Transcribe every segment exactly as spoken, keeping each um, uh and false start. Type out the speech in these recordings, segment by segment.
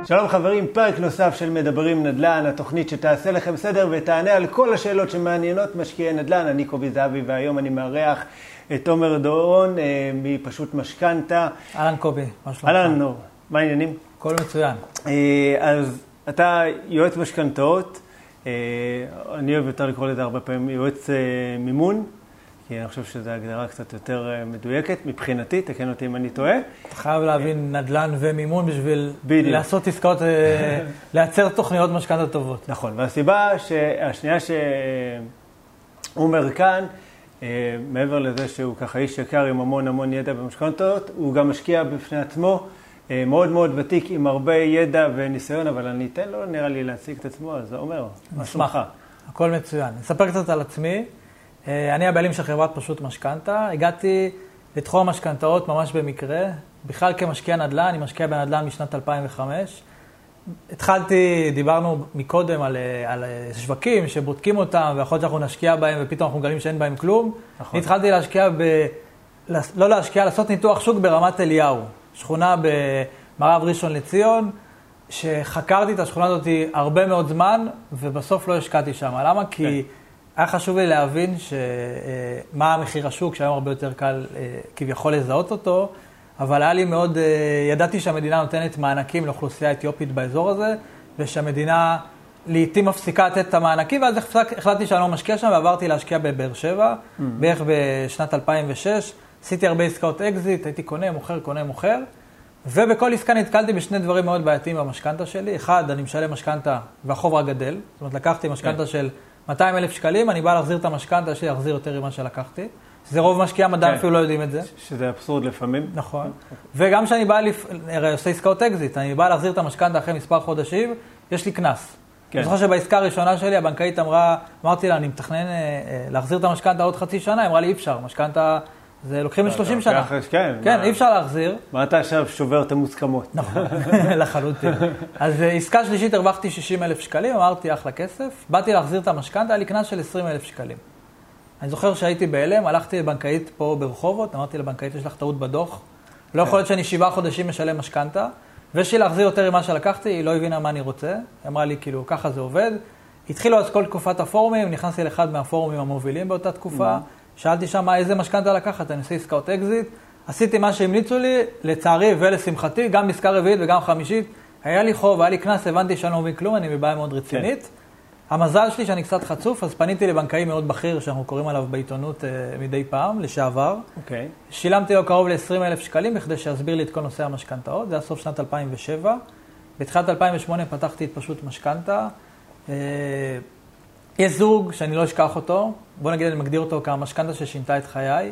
שלום חברים, פרק נוסף של מדברים נדל"ן, התוכנית שתעשה לכם סדר ותענה על כל השאלות שמעניינות משקיעי נדל"ן. אני קובי זהבי והיום אני מארח את עומר דורון מפשוט משכנתה. אהלן קובי, מה שלומך? אהלן נור, מה העניינים? הכל מצוין. אז אתה יועץ משכנתאות, אני אוהב יותר לקרוא לזה הרבה פעמים יועץ מימון, כי אני חושב שזו הגדרה קצת יותר מדויקת, מבחינתי, תקן אותי אם אני טועה. אתה חייב להבין נדל"ן ומימון בשביל בדיוק. לעשות עסקאות, לייצר תוכניות משכנתא טובות. נכון, והסיבה השנייה שעומר כאן, מעבר לזה שהוא ככה איש יקר עם המון המון ידע במשכנתאות, הוא גם משקיע בפני עצמו, מאוד מאוד ותיק עם הרבה ידע וניסיון, אבל אני אתן לו נראה לי להציג את עצמו, אז עומר, מה שלומך? הכל מצוין. נספר קצת על עצמי. אני הבעלים של חברת פשוט משכנתא. הגעתי לתחום המשכנתאות ממש במקרה. בכלל כמשקיע נדל"ן, אני משקיע בנדל"ן משנת אלפיים וחמש. התחלתי, דיברנו מקודם על, על שווקים שבודקים אותם, ויכול להיות שאנחנו נשקיע בהם ופתאום אנחנו מגלים שאין בהם כלום. נכון. התחלתי להשקיע, ב, לא להשקיע, לעשות ניתוח שוק ברמת אליהו, שכונה במערב ראשון לציון, שחקרתי את השכונה הזאת הרבה מאוד זמן, ובסוף לא השקעתי שם. למה? כי היה חשוב לי להבין מה המחיר השוק, שהיום הרבה יותר קל כביכול לזהות אותו, אבל היה לי מאוד, ידעתי שהמדינה נותנת מענקים לאוכלוסייה האתיופית באזור הזה, ושהמדינה לעתים מפסיקה לתת את המענקים, ואז החלטתי שאני לא משקיע שם, ועברתי להשקיע בבאר שבע, mm-hmm. בערך בשנת אלפיים ושש, עשיתי הרבה עסקאות אקזיט, הייתי קונה, מוכר, קונה, מוכר, ובכל עסקה נתקלתי בשני דברים מאוד בעייתיים במשכנתא שלי. אחד, אני משלם משכנתא והחוב רק גדל, זאת אומרת, לקחתי משכנתא yeah. של מאתיים אלף שקלים, אני בא להחזיר את המשכנתא שלי, להחזיר יותר ממה שלקחתי. זה רוב משקיעי המדע okay. אפילו לא יודעים את זה. שזה אבסורד לפעמים. נכון. Okay. וגם שאני בא, לפ... עושה עסקאות אקזיט, אני בא להחזיר את המשכנתא אחרי מספר חודשים, יש לי קנס. Okay. אני זוכר שבעסקה הראשונה שלי, הבנקאית אמרה, אמרתי לה, אני מתכנן להחזיר את המשכנתא עוד חצי שנה, אמרה לי, אי אפשר, משכנתא, זה לוקחים ל-שלושים שנה. כן, כן, אי אפשר להחזיר. מה אתה עכשיו שובר את המוסכמות? נכון, לחלוטין. אז עסקה שלישית הרווחתי שישים אלף שקלים, אמרתי אחלה כסף, באתי להחזיר את המשכנתא, היה לי קנס של עשרים אלף שקלים. אני זוכר שהייתי בהלם, הלכתי לבנקאית פה ברחובות, אמרתי לבנקאית, יש לך טעות בדוח, לא יכול להיות שאני שבעה חודשים משלם משכנתא, ושלי להחזיר יותר ממה שלקחתי, היא לא הבינה מה אני רוצה, היא אמרה לי כאילו, ככה זה עובד. התחילו אז כל תקופת הפורומים, נכנסתי לאחד מהפורומים המובילים באותה תקופה, שאלתי שם איזה משכנתא לקחת, אני עושה עסקאות אקזיט, עשיתי מה שהמליצו לי, לצערי ולשמחתי, גם בעסקה רביעית וגם חמישית, היה לי חוב, היה לי קנס, הבנתי שאני לא מבין כלום, אני מבעיה מאוד רצינית. כן. המזל שלי שאני קצת חצוף, אז פניתי לבנקאי מאוד בכיר, שאנחנו קוראים עליו בעיתונות uh, מדי פעם, לשעבר. אוקיי. שילמתי לו קרוב ל-עשרים אלף שקלים, בכדי שיסביר לי את כל נושא המשכנתאות, זה היה סוף שנת אלפיים ושבע. בתחילת אלפיים ושמונה פתחתי את פשוט משכנתא. Uh, יש זוג שאני לא אשכח אותו, בוא נגיד אני מגדיר אותו כמשכנתא ששינתה את חיי.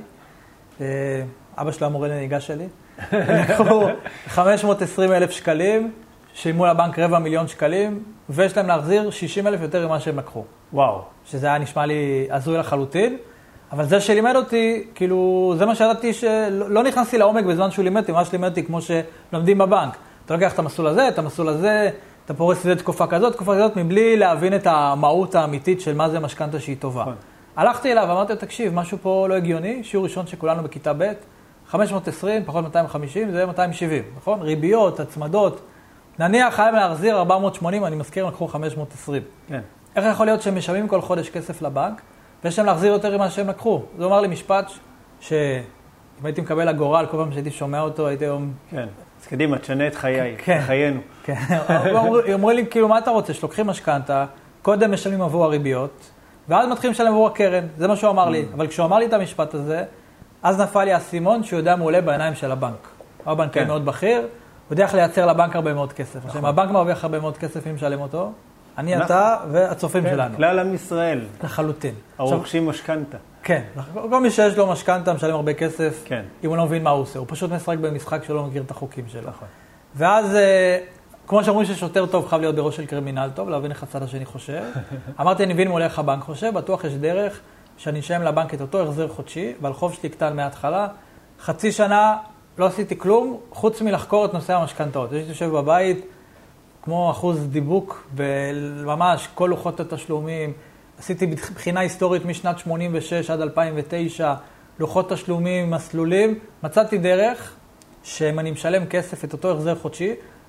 אבא שלו המורה לנהיגה שלי. לקחו חמש מאות ועשרים אלף שקלים, שילמו לבנק רבע מיליון שקלים, ויש להם להחזיר שישים אלף יותר ממה שהם לקחו. וואו. שזה היה נשמע לי הזוי לחלוטין, אבל זה שלימד אותי, כאילו, זה מה שידעתי שלא נכנסתי לעומק בזמן שהוא לימד אותי, מה שלימד אותי כמו שלומדים בבנק. אתה לוקח את המסלול הזה, את המסלול הזה, אתה פורס את זה תקופה כזאת, תקופה כזאת, מבלי להבין את המהות האמיתית של מה זה משכנתא שהיא טובה. הלכתי אליו ואמרתי לו, תקשיב, משהו פה לא הגיוני, שיעור ראשון שכולנו בכיתה ב', חמש מאות ועשרים, פחות מאתיים וחמישים, זה מאתיים ושבעים, נכון? ריביות, הצמדות. נניח חייב להחזיר ארבע מאות ושמונים, אני מזכיר, לקחו חמש מאות ועשרים. כן. איך יכול להיות שהם משלמים כל חודש כסף לבנק, ויש להם להחזיר יותר ממה שהם לקחו? זה אומר לי משפט שאם הייתי מקבל אגורה, כל פעם שהייתי שומע אותו, הייתי היום... כן. אז קדימה, תשנה את חיי, חיינו. כן. אומרים לי, כאילו, מה אתה רוצה? שלוקחים משכנתא, קודם משלמים עבור הריביות, ואז מתחילים לשלם עבור הקרן. זה מה שהוא אמר לי. אבל כשהוא אמר לי את המשפט הזה, אז נפל לי הסימון שהוא יודע מעולה בעיניים של הבנק. הוא בנקאי מאוד בכיר, הוא יודע איך לייצר לבנק הרבה מאוד כסף. עכשיו, הבנק מרוויח הרבה מאוד כסף אם משלם אותו, אני, אתה והצופים שלנו. כלל עם ישראל. לחלוטין. הרוכשים משכנתא. כן. כל מי שיש לו משכנתא משלם הרבה כסף, אם הוא לא מבין מה הוא עושה. הוא פשוט משחק במשחק שלא מכיר את החוקים שלו. ואז, כמו שאומרים ששוטר טוב חייב להיות בראש של קרימינל טוב, להבין איך הצד השני חושב. אמרתי, אני מבין מעולה איך הבנק חושב, בטוח יש דרך שאני אשלם לבנק את אותו החזר חודשי, ועל חוב שלי קטן מההתחלה. חצי שנה לא עשיתי כלום, חוץ מלחקור את נושא המשכנתאות. יש יושב בבית, כמו אחוז דיבוק, וממש כל לוחות התשלומים. עשיתי בחינה היסטורית משנת שמונים ושש עד אלפיים ותשע, לוחות תשלומים, מסלולים. מצאתי דרך שאם אני משלם כסף את אותו החזר חודשי,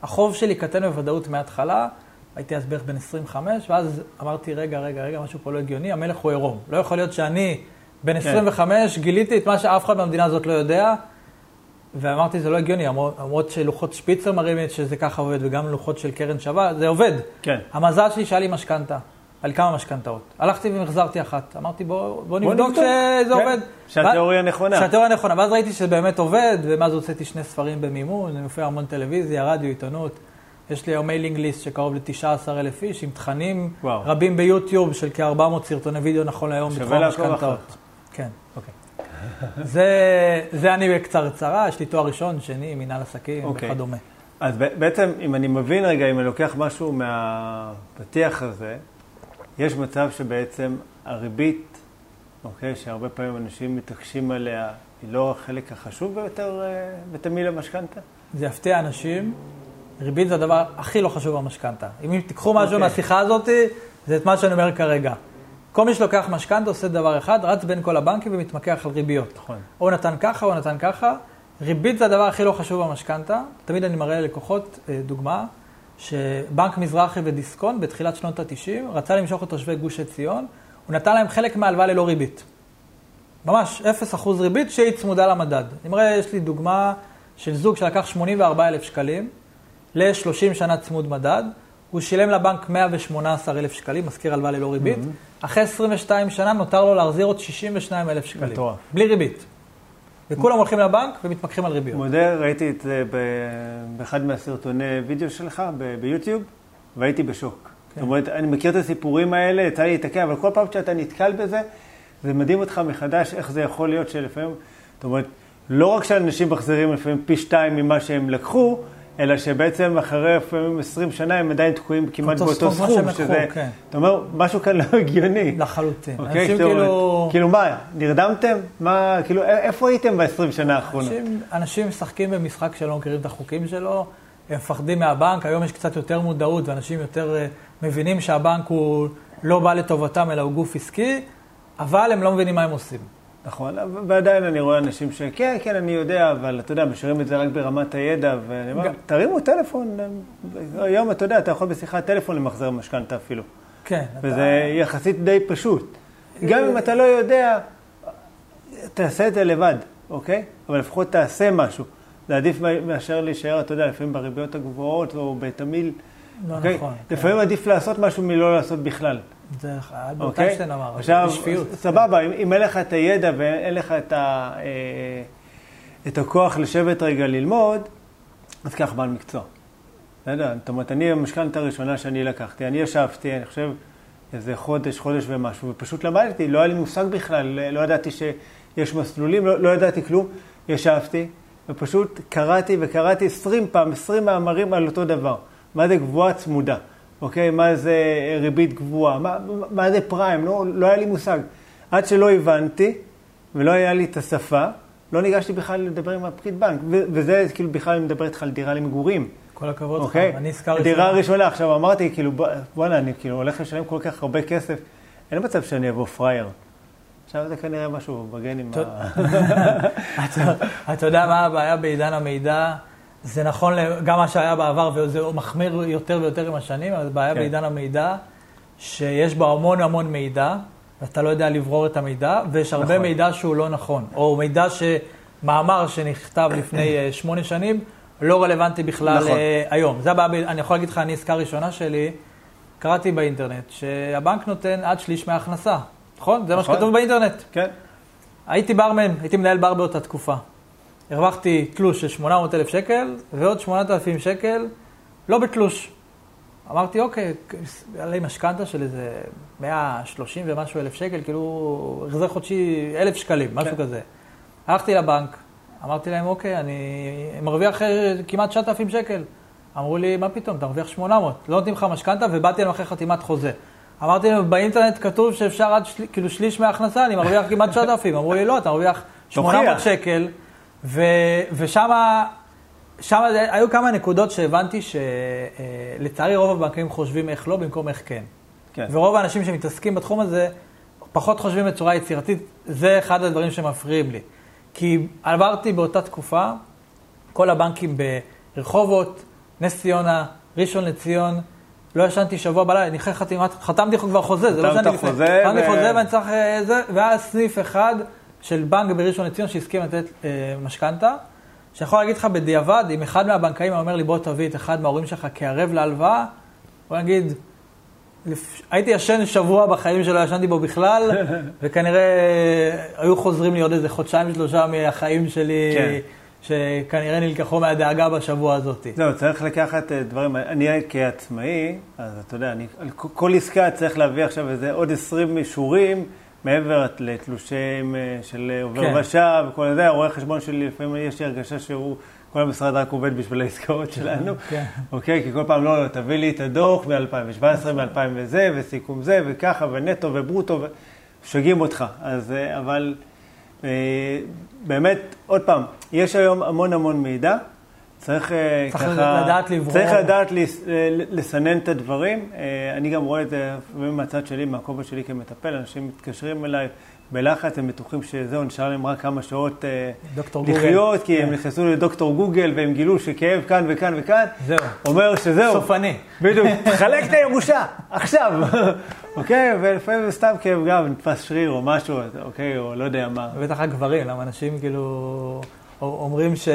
החוב שלי קטן בוודאות מההתחלה, הייתי אז בערך בן עשרים וחמש, ואז אמרתי, רגע, רגע, רגע, משהו פה לא הגיוני, המלך הוא עירום. לא יכול להיות שאני בן עשרים וחמש גיליתי את מה שאף אחד במדינה הזאת לא יודע, ואמרתי, זה לא הגיוני, למרות שלוחות שפיצר מראים שזה ככה עובד, וגם לוחות של קרן שווה, זה עובד. כן. המזל שלי שהיה לי משכנתה, על כמה משכנתאות. הלכתי ומחזרתי אחת. אמרתי, בוא, בוא נבדוק שזה כן. עובד. שהתיאוריה נכונה. שהתיאוריה נכונה. ואז ראיתי שזה באמת עובד, ומאז הוצאתי שני ספרים במימון, זה מופיע המון טלוויזיה, רדיו, עיתונות. יש לי היום מיילינג ליסט שקרוב ל-תשעה עשר אלף איש, עם תכנים וואו. רבים ביוטיוב של כ-ארבע מאות סרטוני וידאו נכון להיום בתחום המשכנתאות. כן. אוקיי. זה, זה אני בקצרצרה, יש לי תואר ראשון, שני, מנהל עסקים okay. וכדומה. אז בעצם, אם אני מבין רגע, אם אני לוקח משהו מהפתיח הזה, יש מצב שבעצם הריבית, אוקיי, שהרבה פעמים אנשים מתעקשים עליה, היא לא החלק החשוב ביותר בתמהיל המשכנתה? זה יפתיע אנשים, ריבית זה הדבר הכי לא חשוב במשכנתה. אם תיקחו משהו okay. מהשיחה הזאת, זה את מה שאני אומר כרגע. כל מי שלוקח משכנתה עושה דבר אחד, רץ בין כל הבנקים ומתמקח על ריביות. נכון. או נתן ככה, או נתן ככה. ריבית זה הדבר הכי לא חשוב במשכנתה. תמיד אני מראה ללקוחות דוגמה, שבנק מזרחי ודיסקונט בתחילת שנות ה-תשעים, רצה למשוך את תושבי גוש עציון, הוא נתן להם חלק מהלוואה ללא ריבית. ממש, אפס אחוז ריבית שהיא צמודה למדד. אני מראה, יש לי דוגמה של זוג שלקח שמונים וארבעה אלף שקלים, ל-שלושים שנה צמוד מדד, הוא שילם לבנק מאה ושמונה עשר אלף שקלים, מזכיר הלוואה ללא ריבית. Mm-hmm. אחרי עשרים ושתיים שנה נותר לו להחזיר עוד שישים ושניים אלף שקלים. מטורף. בלי ריבית. וכולם הולכים לבנק ומתמקחים על ריביות. מודה, ראיתי את זה באחד מהסרטוני וידאו שלך ביוטיוב, והייתי בשוק. כן. זאת אומרת, אני מכיר את הסיפורים האלה, יצא לי להתעכב, אבל כל פעם שאתה נתקל בזה, זה מדהים אותך מחדש איך זה יכול להיות שלפעמים, זאת אומרת, לא רק שאנשים מחזירים לפעמים פי שתיים ממה שהם לקחו, אלא שבעצם אחרי לפעמים עשרים שנה הם עדיין תקועים כמעט באותו סכום, שזה, אתה אומר, משהו כאן לא הגיוני. לחלוטין. אנשים כאילו... כאילו מה, נרדמתם? מה, כאילו, איפה הייתם ב-עשרים שנה האחרונות? אנשים משחקים במשחק שלא מכירים את החוקים שלו, הם מפחדים מהבנק, היום יש קצת יותר מודעות, ואנשים יותר מבינים שהבנק הוא לא בא לטובתם, אלא הוא גוף עסקי, אבל הם לא מבינים מה הם עושים. נכון, ועדיין אני רואה אנשים שכן, כן, אני יודע, אבל אתה יודע, משאירים את זה רק ברמת הידע, ואני אומר, תרימו טלפון, היום אתה יודע, אתה יכול בשיחת טלפון למחזר משכנתה אפילו. כן. וזה יחסית די פשוט. גם אם אתה לא יודע, תעשה את זה לבד, אוקיי? אבל לפחות תעשה משהו. זה עדיף מאשר להישאר, אתה יודע, לפעמים בריביות הגבוהות או בתמיל. לא נכון. לפעמים עדיף לעשות משהו מלא לעשות בכלל. זה אלברט איינשטיין אמר, עכשיו, סבבה, אם אין לך את הידע ואין לך את הכוח לשבת רגע ללמוד, אז קח בעל מקצוע. זאת אומרת, אני המשכנתה הראשונה שאני לקחתי, אני ישבתי, אני חושב, איזה חודש, חודש ומשהו, ופשוט למדתי, לא היה לי מושג בכלל, לא ידעתי שיש מסלולים, לא ידעתי כלום, ישבתי, ופשוט קראתי וקראתי עשרים פעם, עשרים מאמרים על אותו דבר. מה זה גבוהה צמודה? אוקיי, מה זה ריבית גבוהה, מה, מה זה פריים, לא, לא היה לי מושג. עד שלא הבנתי, ולא היה לי את השפה, לא ניגשתי בכלל לדבר עם הפקיד בנק, ו- וזה כאילו בכלל אני מדבר איתך על דירה למגורים. כל הכבוד לך, אוקיי? אני הזכר ראשונה. דירה ראשונה, עכשיו אמרתי, כאילו, בוא'נה, אני כאילו הולך לשלם כל כך הרבה כסף, אין מצב שאני אבוא פרייר. עכשיו זה כנראה משהו בגן עם ה... אתה יודע מה הבעיה בעידן המידע? זה נכון גם מה שהיה בעבר, וזה מחמיר יותר ויותר עם השנים, אבל הבעיה בעידן המידע, שיש בו המון המון מידע, ואתה לא יודע לברור את המידע, ויש הרבה מידע שהוא לא נכון, או מידע שמאמר שנכתב לפני שמונה שנים, לא רלוונטי בכלל היום. זה הבעיה, אני יכול להגיד לך, אני עסקה ראשונה שלי, קראתי באינטרנט, שהבנק נותן עד שליש מההכנסה, נכון? זה מה שכתוב באינטרנט. כן. הייתי ברמן, הייתי מנהל בר באותה תקופה. הרווחתי תלוש של שמונה מאות אלף שקל, ועוד שמונת אלפים שקל, לא בתלוש. אמרתי, אוקיי, היה לי משכנתה של איזה מאה ושלושים ומשהו אלף שקל, כאילו, החזר חודשי אלף שקלים, משהו כזה. הלכתי לבנק, אמרתי להם, אוקיי, אני מרוויח כמעט תשעת אלפים שקל. אמרו לי, מה פתאום, אתה מרוויח שמונה מאות, לא נותנים לך משכנתה, ובאתי להם אחרי חתימת חוזה. אמרתי להם, באינטרנט כתוב שאפשר עד של... כאילו שליש מההכנסה, אני מרוויח כמעט תשעת אלפים. אמרו לי, לא, אתה מרוויח שמונה מאות שקל. ו... ושם שם היו כמה נקודות שהבנתי שלצערי רוב הבנקים חושבים איך לא במקום איך כן. כן. ורוב האנשים שמתעסקים בתחום הזה פחות חושבים בצורה יצירתית. זה אחד הדברים שמפריעים לי. כי עברתי באותה תקופה, כל הבנקים ברחובות, נס ציונה, ראשון לציון, לא ישנתי שבוע בלילה, אני חתימת, חתמתי כבר חוזה, זה לא שאני לפני. חתמתי חוזה ואני צריך זה, והיה סניף אחד של בנק בראשון לציון שהסכים לתת אה, משכנתה, שיכול להגיד לך בדיעבד, אם אחד מהבנקאים אומר לי בוא תביא את אחד מההורים שלך כערב להלוואה, הוא יגיד, הייתי ישן שבוע בחיים שלא ישנתי בו בכלל, וכנראה היו חוזרים לי עוד איזה חודשיים שלושה מהחיים שלי, כן. שכנראה נלקחו מהדאגה בשבוע הזאת. זהו, צריך לקחת דברים, אני כעצמאי, אז אתה יודע, אני, על כל עסקה צריך להביא עכשיו איזה עוד עשרים אישורים, מעבר לתלושים של עובר כן. ושב וכל זה, הרואה חשבון שלי, לפעמים יש לי הרגשה שהוא, כל המשרד רק עובד בשביל העסקאות שלנו, כן. אוקיי? כי כל פעם לא, לא, תביא לי את הדוח מ-אלפיים שבע עשרה, מ-אלפיים וזה, וסיכום זה, וככה, ונטו וברוטו, ושגים אותך. אז, אבל, באמת, עוד פעם, יש היום המון המון מידע, צריך, צריך ככה, לדעת לברור. צריך לדעת לסנן את הדברים. אני גם רואה את זה מהצד שלי, מהכובע שלי כמטפל, אנשים מתקשרים אליי בלחץ, הם בטוחים שזהו, נשאר להם רק כמה שעות לחיות, כי הם נכנסו לדוקטור גוגל והם גילו שכאב כאן וכאן וכאן. זהו. אומר שזהו. סופני. בדיוק, תחלק את הירושה, עכשיו. אוקיי, ולפעמים זה סתם כאב גם, נתפס שריר או משהו, אוקיי, או לא יודע מה. בטח הגברים, למה אנשים כאילו אומרים ש...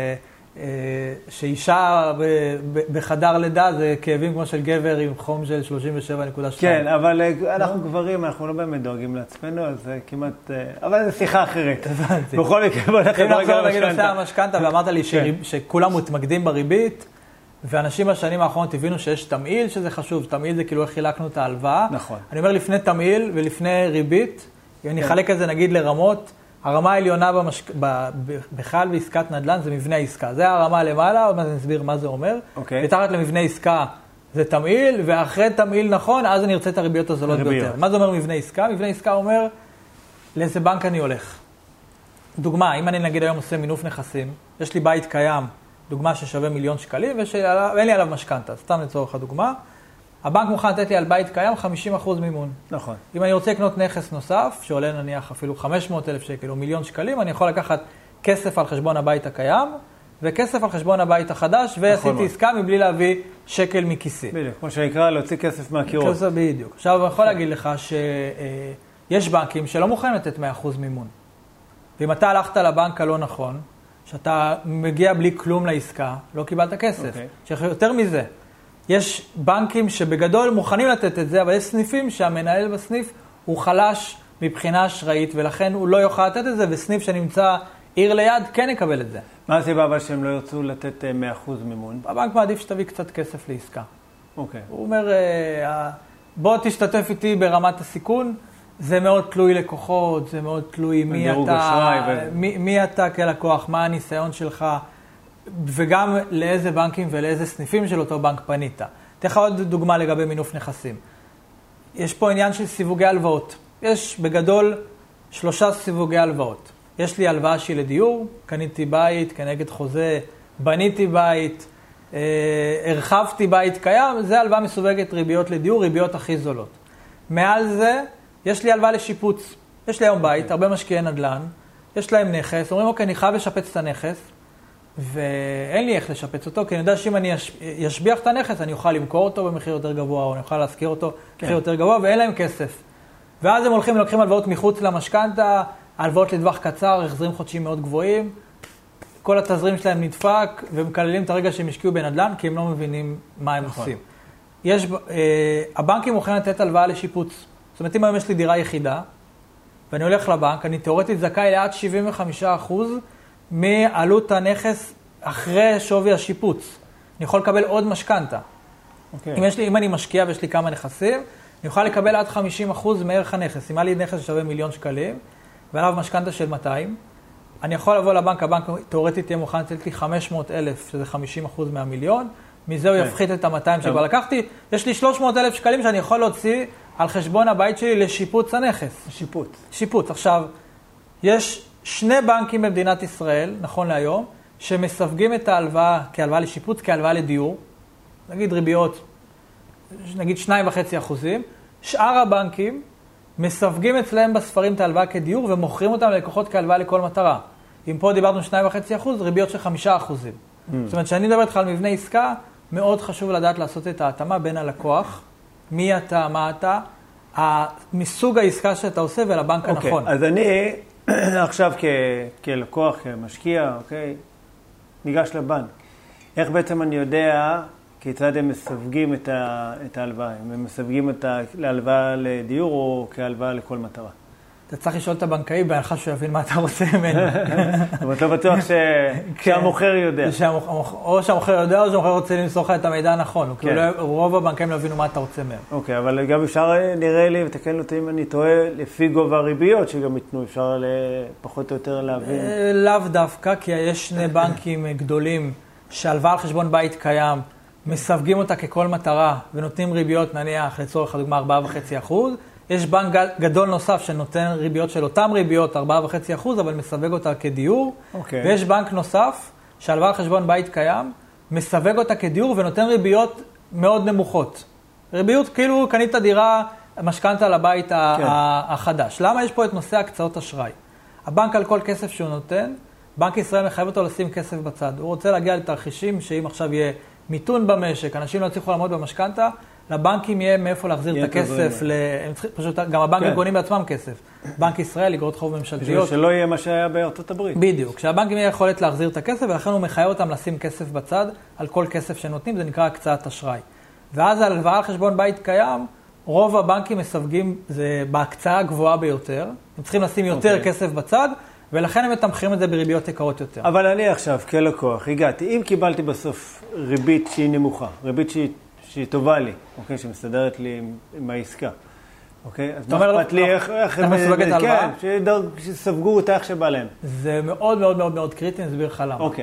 שאישה בחדר לידה זה כאבים כמו של גבר עם חום של שלושים ושבע נקודה שתיים. כן, אבל אנחנו גברים, אנחנו לא באמת דואגים לעצמנו, אז זה כמעט... אבל זו שיחה אחרת. בכל מקרה, בוא נחזור רגע למשכנתה. אם נחזור נגיד עושה המשכנתה, ואמרת לי שכולם מתמקדים בריבית, ואנשים בשנים האחרונות הבינו שיש תמהיל שזה חשוב, תמהיל זה כאילו איך חילקנו את ההלוואה. נכון. אני אומר לפני תמהיל ולפני ריבית, אם אני אחלק את זה נגיד לרמות, הרמה העליונה במשק... ב... בכלל בעסקת נדל"ן זה מבנה העסקה. זה הרמה למעלה, עוד מעט אני אסביר מה זה אומר. אוקיי. ותחת למבנה עסקה זה תמהיל, ואחרי תמהיל נכון, אז אני ארצה את הריביות הזולות ביותר. מה זה אומר מבנה עסקה? מבנה עסקה אומר לאיזה בנק אני הולך. דוגמה, אם אני נגיד היום עושה מינוף נכסים, יש לי בית קיים, דוגמה ששווה מיליון שקלים, ואין לי עליו משכנתה, סתם לצורך הדוגמה. הבנק מוכן לתת לי על בית קיים חמישים אחוז מימון. נכון. אם אני רוצה לקנות נכס נוסף, שעולה נניח אפילו חמש מאות אלף שקל או מיליון שקלים, אני יכול לקחת כסף על חשבון הבית הקיים, וכסף על חשבון הבית החדש, ועשיתי עסקה מבלי להביא שקל מכיסי. בדיוק, כמו שנקרא, להוציא כסף מהקירות. כסף בדיוק. עכשיו, אני יכול להגיד לך שיש בנקים שלא מוכנים לתת מאה אחוז מימון. ואם אתה הלכת לבנק הלא נכון, שאתה מגיע בלי כלום לעסקה, לא קיבלת כסף. Okay. יותר מזה, יש בנקים שבגדול מוכנים לתת את זה, אבל יש סניפים שהמנהל בסניף הוא חלש מבחינה אשראית, ולכן הוא לא יוכל לתת את זה, וסניף שנמצא עיר ליד כן יקבל את זה. מה הסיבה אבל שהם לא ירצו לתת מאה אחוז מימון? הבנק מעדיף שתביא קצת כסף לעסקה. אוקיי. Okay. הוא אומר, בוא תשתתף איתי ברמת הסיכון, זה מאוד תלוי לקוחות, זה מאוד תלוי מי אתה, ו... מי, מי אתה כלקוח, מה הניסיון שלך, וגם לאיזה בנקים ולאיזה סניפים של אותו בנק פנית. אתן לך עוד דוגמה לגבי מינוף נכסים. יש פה עניין של סיווגי הלוואות. יש בגדול שלושה סיווגי הלוואות. יש לי הלוואה שהיא לדיור, קניתי בית, כנגד חוזה, בניתי בית, אה, הרחבתי בית קיים, זה הלוואה מסווגת ריביות לדיור, ריביות הכי זולות. מעל זה, יש לי הלוואה לשיפוץ. יש לי היום בית, הרבה משקיעי נדל"ן, יש להם נכס, אומרים, אוקיי, אני חייב לשפץ את הנכס, ואין לי איך לשפץ אותו, כי אני יודע שאם אני ישביח את הנכס, אני אוכל למכור אותו במחיר יותר גבוה, או אני אוכל להשכיר אותו במחיר יותר גבוה, ואין להם כסף. ואז הם הולכים ולוקחים הלוואות מחוץ למשכנתה, הלוואות לטווח קצר, החזרים חודשיים מאוד גבוהים, כל התזרים שלהם נדפק, ומקללים את הרגע שהם השקיעו בנדל"ן, כי הם לא מבינים מה הם נכון. עושים. יש, אה, הבנקים מוכנים לתת הלוואה לשיפוץ. זאת אומרת, אם היום יש לי דירה יחידה, ואני הולך לבנק, אני תיאורטית זכאי לעד שבעים וחמישה אחוז מעלות הנכס אחרי שווי השיפוץ. אני יכול לקבל עוד משכנתה. Okay. אם, יש לי, אם אני משקיע ויש לי כמה נכסים, אני יכול לקבל עד חמישים אחוז מערך הנכס. אם היה לי נכס ששווה מיליון שקלים, ועליו משכנתה של מאתיים, אני יכול לבוא לבנק, הבנק תיאורטית תהיה מוכן לתת לי חמש מאות אלף, שזה חמישים אחוז מהמיליון, מזה הוא okay. יפחית את ה-מאתיים שכבר לקחתי. יש לי שלוש מאות אלף שקלים שאני יכול להוציא על חשבון הבית שלי לשיפוץ הנכס. שיפוץ. שיפוץ. עכשיו, יש שני בנקים במדינת ישראל, נכון להיום, שמסווגים את ההלוואה כהלוואה לשיפוץ, כהלוואה לדיור. נגיד ריביות, נגיד שניים וחצי אחוזים. שאר הבנקים מסווגים אצלהם בספרים את ההלוואה כדיור, ומוכרים אותם ללקוחות כהלוואה לכל מטרה. אם פה דיברנו שניים וחצי אחוז, ריביות של חמישה אחוזים. זאת אומרת, כשאני מדבר איתך על מבנה עסקה, מאוד חשוב לדעת לעשות את ההתאמה בין הלקוח, מי אתה, מה אתה, מסוג העסקה שאתה עושה ולבנק אוקיי, הנכון. אז אני עכשיו כ, כלקוח, כמשקיע, אוקיי, ניגש לבנק. איך בעצם אני יודע כיצד הם מסווגים את, ה, את ההלוואה? הם מסווגים את ההלוואה לדיור או כהלוואה לכל מטרה? אתה צריך לשאול את הבנקאי בהנחה שהוא יבין מה אתה רוצה ממנו. אבל אתה בטוח שהמוכר יודע. או שהמוכר יודע או שהמוכר רוצה למסור לך את המידע הנכון. רוב הבנקאים לא הבינו מה אתה רוצה מהם. אוקיי, אבל גם אפשר נראה לי, ותקן אותי אם אני טועה, לפי גובה הריביות שגם ייתנו, אפשר פחות או יותר להבין. לאו דווקא, כי יש שני בנקים גדולים שהלוואה על חשבון בית קיים, מסווגים אותה ככל מטרה ונותנים ריביות, נניח לצורך הדוגמה ארבעה וחצי אחוז. יש בנק גדול נוסף שנותן ריביות של אותם ריביות, ארבעה וחצי אחוז, אבל מסווג אותה כדיור. Okay. ויש בנק נוסף, שהלוואה על חשבון בית קיים, מסווג אותה כדיור ונותן ריביות מאוד נמוכות. ריביות כאילו קנית דירה, משכנתה לבית okay. החדש. למה יש פה את נושא הקצאות אשראי? הבנק על כל כסף שהוא נותן, בנק ישראל מחייב אותו לשים כסף בצד. הוא רוצה להגיע לתרחישים שאם עכשיו יהיה מיתון במשק, אנשים לא יצליחו לעמוד במשכנתה, לבנקים יהיה מאיפה להחזיר את הכסף, ל... פשוט גם הבנקים קונים בעצמם כסף. בנק ישראל, אגרות חוב ממשלתיות. שלא יהיה מה שהיה בארצות הברית. בדיוק. כשהבנקים יהיה יכולת להחזיר את הכסף, ולכן הוא מחייב אותם לשים כסף בצד על כל כסף שנותנים, זה נקרא הקצאת אשראי. ואז הלוואה על חשבון בית קיים, רוב הבנקים מסווגים, זה בהקצאה הגבוהה ביותר, הם צריכים לשים יותר כסף בצד, ולכן הם מתמחרים את זה בריביות יקרות יותר. אבל אני עכשיו, כלקוח, הגעתי, אם קיבלתי בסוף ריבית שהיא נמוכה, ריבית שהיא שהיא טובה לי, אוקיי, שמסתדרת לי עם, עם העסקה. אוקיי? אז מה אכפת לי איך... איך מסווגת הלוואה? כן, שספגו אותה איך שבא להם. זה מאוד מאוד מאוד מאוד קריטי, אני אסביר לך למה. אוקיי.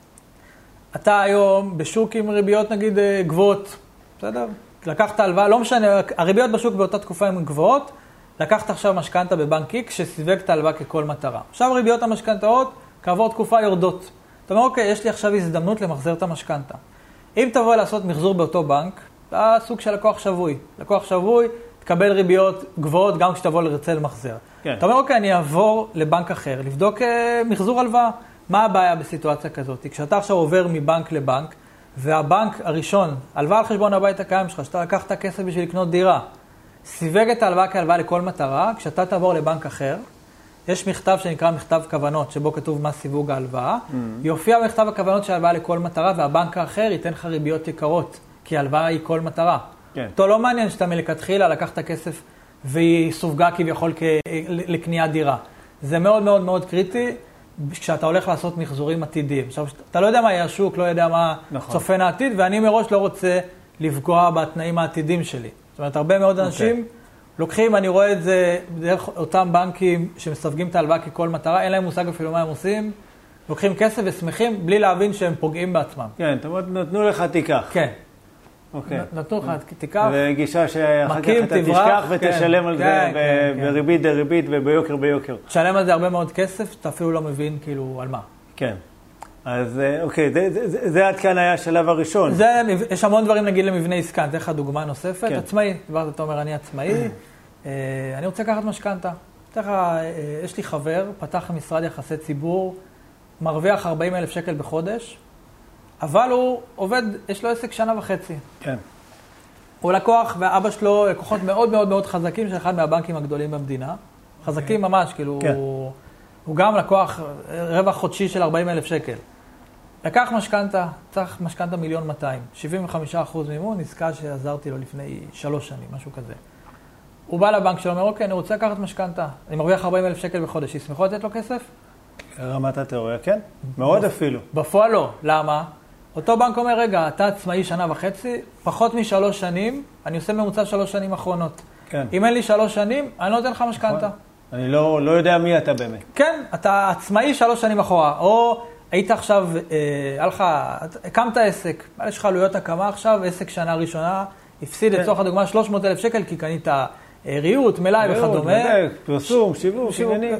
אתה היום בשוק עם ריביות נגיד גבוהות, בסדר? לקחת הלוואה, לא משנה, הריביות בשוק באותה תקופה הן גבוהות, לקחת עכשיו משכנתה בבנק X שסיווג את ההלוואה ככל מטרה. עכשיו ריביות המשכנתאות כעבור תקופה יורדות. אתה אומר, אוקיי, יש לי עכשיו הזדמנות למחזר את המשכנתה. אם תבוא לעשות מחזור באותו בנק, זה סוג של לקוח שבוי. לקוח שבוי, תקבל ריביות גבוהות גם כשתבוא לרצה למחזר. כן. אתה אומר, אוקיי, אני אעבור לבנק אחר, לבדוק מחזור הלוואה. מה הבעיה בסיטואציה כזאת? כשאתה עכשיו עובר מבנק לבנק, והבנק הראשון, הלוואה על חשבון הבית הקיים שלך, שאתה לקחת כסף בשביל לקנות דירה, סיווג את ההלוואה כהלוואה לכל מטרה, כשאתה תעבור לבנק אחר, יש מכתב שנקרא מכתב כוונות, שבו כתוב מה סיווג ההלוואה. Mm-hmm. יופיע במכתב הכוונות של ההלוואה לכל מטרה, והבנק האחר ייתן לך ריביות יקרות, כי ההלוואה היא כל מטרה. כן. אותו לא מעניין שאתה מלכתחילה לקחת כסף והיא סווגה כביכול כ... לקניית דירה. זה מאוד מאוד מאוד קריטי כשאתה הולך לעשות מחזורים עתידיים. עכשיו, אתה לא יודע מה יהיה השוק, לא יודע מה נכון. צופן העתיד, ואני מראש לא רוצה לפגוע בתנאים העתידים שלי. זאת אומרת, הרבה מאוד אנשים... Okay. לוקחים, אני רואה את זה דרך אותם בנקים שמסווגים את ההלוואה ככל מטרה, אין להם מושג אפילו מה הם עושים, לוקחים כסף ושמחים בלי להבין שהם פוגעים בעצמם. כן, זאת אומרת, נתנו לך תיקח. כן. אוקיי. נתנו לך תיקח. וגישה שאחר כך אתה תשכח ותשלם על זה בריבית דריבית וביוקר ביוקר. תשלם על זה הרבה מאוד כסף, אתה אפילו לא מבין כאילו על מה. כן. אז אוקיי, זה, זה, זה עד כאן היה השלב הראשון. זה, יש המון דברים נגיד למבנה עסקה, נתן לך דוגמה נוספת, כן. עצמאי, דבר אתה אומר אני עצמאי, אני רוצה לקחת משכנתה. לך, יש לי חבר, פתח משרד יחסי ציבור, מרוויח ארבעים אלף שקל בחודש, אבל הוא עובד, יש לו עסק שנה וחצי. כן. הוא לקוח, ואבא שלו לקוחות מאוד מאוד מאוד חזקים של אחד מהבנקים הגדולים במדינה. חזקים ממש, כאילו, כן. הוא, הוא גם לקוח רווח חודשי של ארבעים אלף שקל. לקח משכנתה, צריך משכנתה מיליון מאתיים, שבעים וחמישה אחוז מימון, עסקה שעזרתי לו לפני שלוש שנים, משהו כזה. הוא בא לבנק שלו, אומר, אוקיי, אני רוצה לקחת משכנתה, אני מרוויח ארבעים אלף שקל בחודש, ישמחו לתת לו כסף? רמת התיאוריה, כן? מאוד אפילו. בפועל לא, למה? אותו בנק אומר, רגע, אתה עצמאי שנה וחצי, פחות משלוש שנים, אני עושה ממוצע שלוש שנים אחרונות. כן. אם אין לי שלוש שנים, אני לא נותן לך משכנתה. אני לא, לא יודע מי אתה באמת. כן, אתה עצמאי שלוש שנים אחורה, או היית עכשיו, אה, לך, הקמת עסק, יש לך עלויות הקמה עכשיו, עסק שנה ראשונה, הפסיד לצורך הדוגמה שלוש מאות אלף שקל, כי קנית ריהוט, מלאי וכדומה. ריהוט, פרסום, שיווק, עניינים.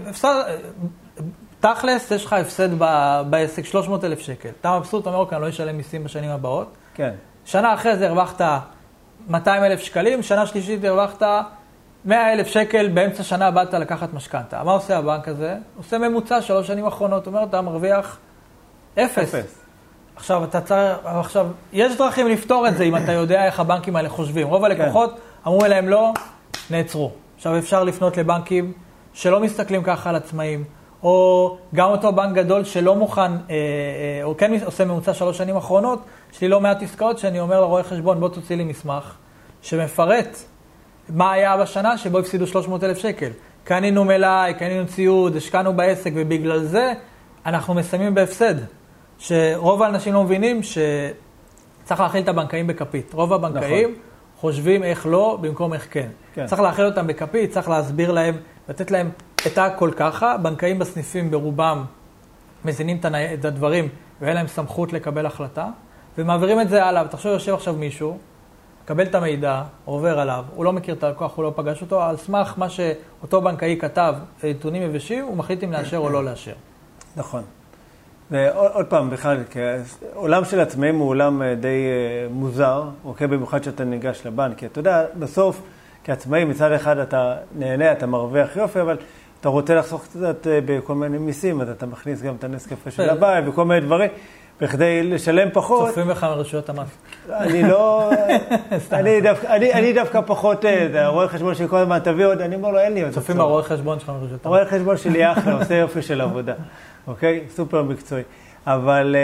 תכלס, יש לך הפסד בעסק שלוש מאות אלף שקל. אתה מבסוט, אתה אומר, אוקיי, אני לא אשלם מיסים בשנים הבאות. כן. שנה אחרי זה הרווחת מאתיים אלף שקלים, שנה שלישית הרווחת מאה אלף שקל, באמצע שנה באת לקחת משכנתה. מה עושה הבנק הזה? עושה ממוצע שלוש שנים אחרונות, אומר, אתה מרוויח אפס. אפס. עכשיו, אתה צריך, עכשיו, יש דרכים לפתור את זה אם אתה יודע איך הבנקים האלה חושבים. רוב הלקוחות אמרו אליהם לא, נעצרו. עכשיו אפשר לפנות לבנקים שלא מסתכלים ככה על עצמאים, או גם אותו בנק גדול שלא מוכן, או כן עושה ממוצע שלוש שנים אחרונות, יש לי לא מעט עסקאות שאני אומר לרואה חשבון, בוא תוציא לי מסמך, שמפרט מה היה בשנה שבו הפסידו שלוש מאות אלף שקל. קנינו מלאי, קנינו ציוד, השקענו בעסק, ובגלל זה אנחנו מסיימים בהפסד. שרוב האנשים לא מבינים שצריך להכיל את הבנקאים בכפית. רוב הבנקאים נכון. חושבים איך לא במקום איך כן. כן. צריך להכיל אותם בכפית, צריך להסביר להם, לתת להם את הכל ככה. בנקאים בסניפים ברובם מזינים את הדברים, ואין להם סמכות לקבל החלטה, ומעבירים את זה הלאה. ותחשוב, יושב עכשיו מישהו, מקבל את המידע, עובר עליו, הוא לא מכיר את הלקוח, הוא לא פגש אותו, על סמך מה שאותו בנקאי כתב, נתונים יבשים, הוא מחליט אם לאשר או לא לאשר. נכון. ועוד פעם, בכלל, עולם של עצמאים הוא עולם די מוזר, אוקיי, במיוחד שאתה ניגש לבנק. כי אתה יודע, בסוף, כעצמאי, מצד אחד אתה נהנה, אתה מרוויח יופי, אבל אתה רוצה לחסוך קצת בכל מיני מיסים, אז אתה מכניס גם את הנס קפה של הבית וכל מיני דברים, בכדי לשלם פחות. צופים לך מרשויות המס. אני לא... אני דווקא פחות, הרואה חשבון שלי כל הזמן תביא עוד, אני אומר לו, אין לי עוד. צופים הרואה חשבון שלך מרשויות המס. הרואה חשבון שלי אחלה, עושה יופי של עבודה. אוקיי? סופר מקצועי. אבל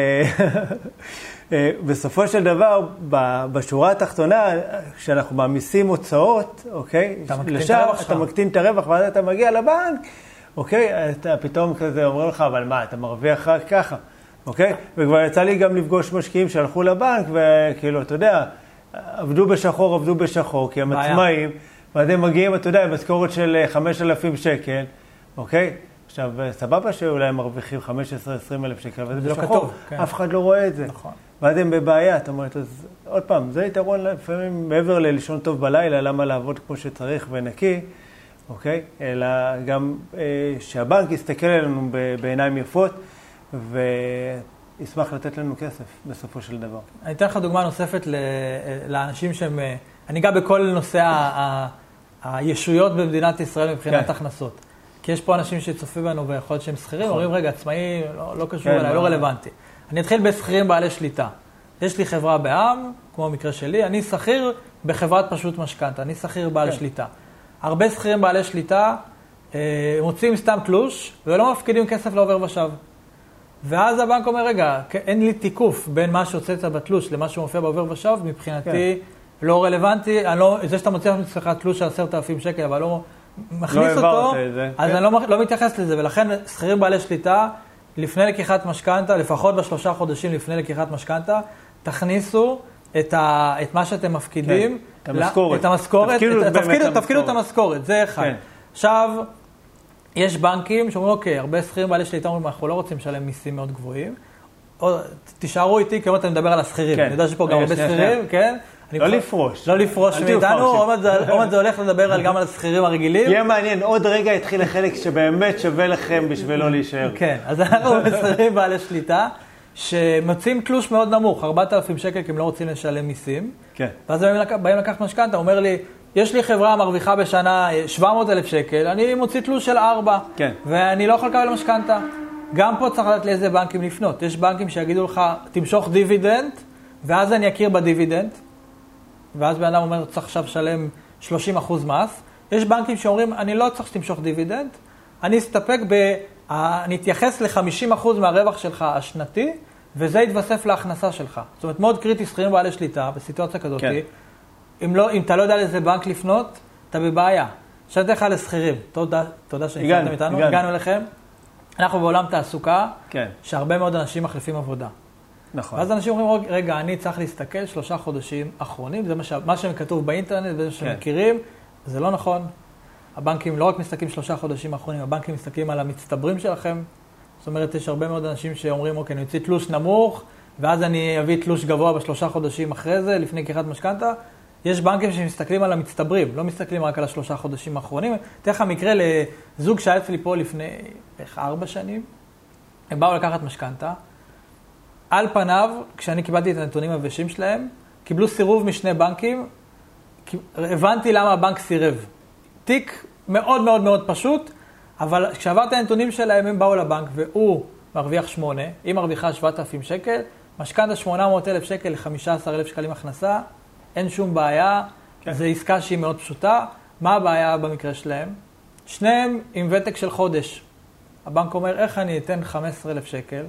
בסופו של דבר, בשורה התחתונה, כשאנחנו מעמיסים הוצאות, אוקיי? אתה מקטין את הרווח, ואז אתה מגיע לבנק, אוקיי? אתה פתאום כזה אומר לך, אבל מה, אתה מרוויח רק ככה, אוקיי? וכבר יצא לי גם לפגוש משקיעים שהלכו לבנק, וכאילו, אתה יודע, עבדו בשחור, עבדו בשחור, כי הם עצמאים, ואז הם מגיעים, אתה יודע, במשכורת של חמשת אלפים שקל, אוקיי? עכשיו, סבבה שאולי הם מרוויחים חמש עשרה עשרים אלף שקל, וזה בשחור, אף אחד לא רואה את זה. נכון. ואז הם בבעיה, אתה אומרת, אז עוד פעם, זה יתרון לפעמים מעבר ללישון טוב בלילה, למה לעבוד כמו שצריך ונקי, אוקיי? אלא גם אה, שהבנק יסתכל עלינו בעיניים יפות, וישמח לתת לנו כסף בסופו של דבר. אני אתן לך דוגמה נוספת לאנשים שהם, אני אגע בכל נושא ה- ה- הישויות במדינת ישראל מבחינת כן. הכנסות. כי יש פה אנשים שצופים בנו ויכול להיות שהם שכירים, אומרים, רגע, עצמאי לא, לא קשור אליי, לא רלוונטי. אני אתחיל בשכירים בעלי שליטה. יש לי חברה בעם, כמו המקרה שלי, אני שכיר בחברת פשוט משכנתא, אני שכיר בעל שליטה. הרבה שכירים בעלי שליטה מוצאים סתם תלוש, ולא מפקידים כסף לעובר ושב. ואז הבנק אומר, רגע, אין לי תיקוף בין מה שהוצאת בתלוש למה שמופיע בעובר ושב, מבחינתי לא רלוונטי, זה שאתה מוציא אצלך תלוש של עשרת אלפים שקל, אבל לא... מכניס לא אותו, אז כן. אני לא, לא מתייחס לזה, ולכן שכירים בעלי שליטה, לפני לקיחת משכנתא, לפחות בשלושה חודשים לפני לקיחת משכנתא, תכניסו את, ה, את מה שאתם מפקידים, כן. את המשכורת, את המשכורת, תפקידו, את, תפקידו, תפקידו את המשכורת, זה אחד. כן. עכשיו, יש בנקים שאומרים, אוקיי, הרבה שכירים בעלי שליטה אומרים, אנחנו לא רוצים לשלם מיסים מאוד גבוהים, או, תישארו איתי, כמו אתה מדבר על השכירים, כן. אני יודע שפה גם הרבה שכירים, כן? לא לפרוש. לא לפרוש מאיתנו, עוד זה הולך לדבר גם על השכירים הרגילים. יהיה מעניין, עוד רגע התחיל החלק שבאמת שווה לכם בשביל לא להישאר. כן, אז אנחנו שכירים בעלי שליטה, שמוצאים תלוש מאוד נמוך, ארבעת אלפים שקל, כי הם לא רוצים לשלם מיסים. כן. ואז באים לקחת משכנתא, אומר לי, יש לי חברה מרוויחה בשנה שבע מאות אלף שקל, אני מוציא תלוש של ארבע, ואני לא יכול לקבל משכנתא. גם פה צריך לדעת לאיזה בנקים לפנות. יש בנקים שיגידו לך, תמשוך דיבידנד, ואז אני אכיר בדיבידנד. ואז בן אדם אומר, צריך עכשיו לשלם שלושים אחוז מס. יש בנקים שאומרים, אני לא צריך שתמשוך דיבידנד, אני אסתפק ב... אני אתייחס ל-חמישים אחוז מהרווח שלך השנתי, וזה יתווסף להכנסה שלך. זאת אומרת, מאוד קריטי שכירים בעלי שליטה, בסיטואציה כזאת. כן. אם, לא, אם אתה לא יודע לאיזה בנק לפנות, אתה בבעיה. שאלתי לך לשכירים. תודה, תודה שנשארתם איתנו. הגענו. הגענו אליכם. אנחנו בעולם תעסוקה, כן. שהרבה מאוד אנשים מחליפים עבודה. נכון. ואז אנשים אומרים, רגע, אני צריך להסתכל שלושה חודשים אחרונים, זה מה, ש... מה שכתוב באינטרנט, וזה שמכירים, כן. זה לא נכון. הבנקים לא רק מסתכלים שלושה חודשים אחרונים, הבנקים מסתכלים על המצטברים שלכם. זאת אומרת, יש הרבה מאוד אנשים שאומרים, אוקיי, אני יוציא תלוש נמוך, ואז אני אביא תלוש גבוה בשלושה חודשים אחרי זה, לפני לקיחת משכנתא. יש בנקים שמסתכלים על המצטברים, לא מסתכלים רק על השלושה חודשים האחרונים. תראה לך מקרה לזוג שהיה אצלי פה לפני איך, ארבע שנים, הם באו לקחת משכנתא. על פניו, כשאני קיבלתי את הנתונים היבשים שלהם, קיבלו סירוב משני בנקים, הבנתי למה הבנק סירב. תיק מאוד מאוד מאוד פשוט, אבל כשעברתי הנתונים שלהם, הם באו לבנק, והוא מרוויח שמונה, היא מרוויחה שבעת אלפים שקל, משכנתה שמונה מאות אלף שקל ל-חמישה עשר אלף שקלים הכנסה, אין שום בעיה, כן. זו עסקה שהיא מאוד פשוטה. מה הבעיה במקרה שלהם? שניהם עם ותק של חודש. הבנק אומר, איך אני אתן חמישה עשר אלף שקל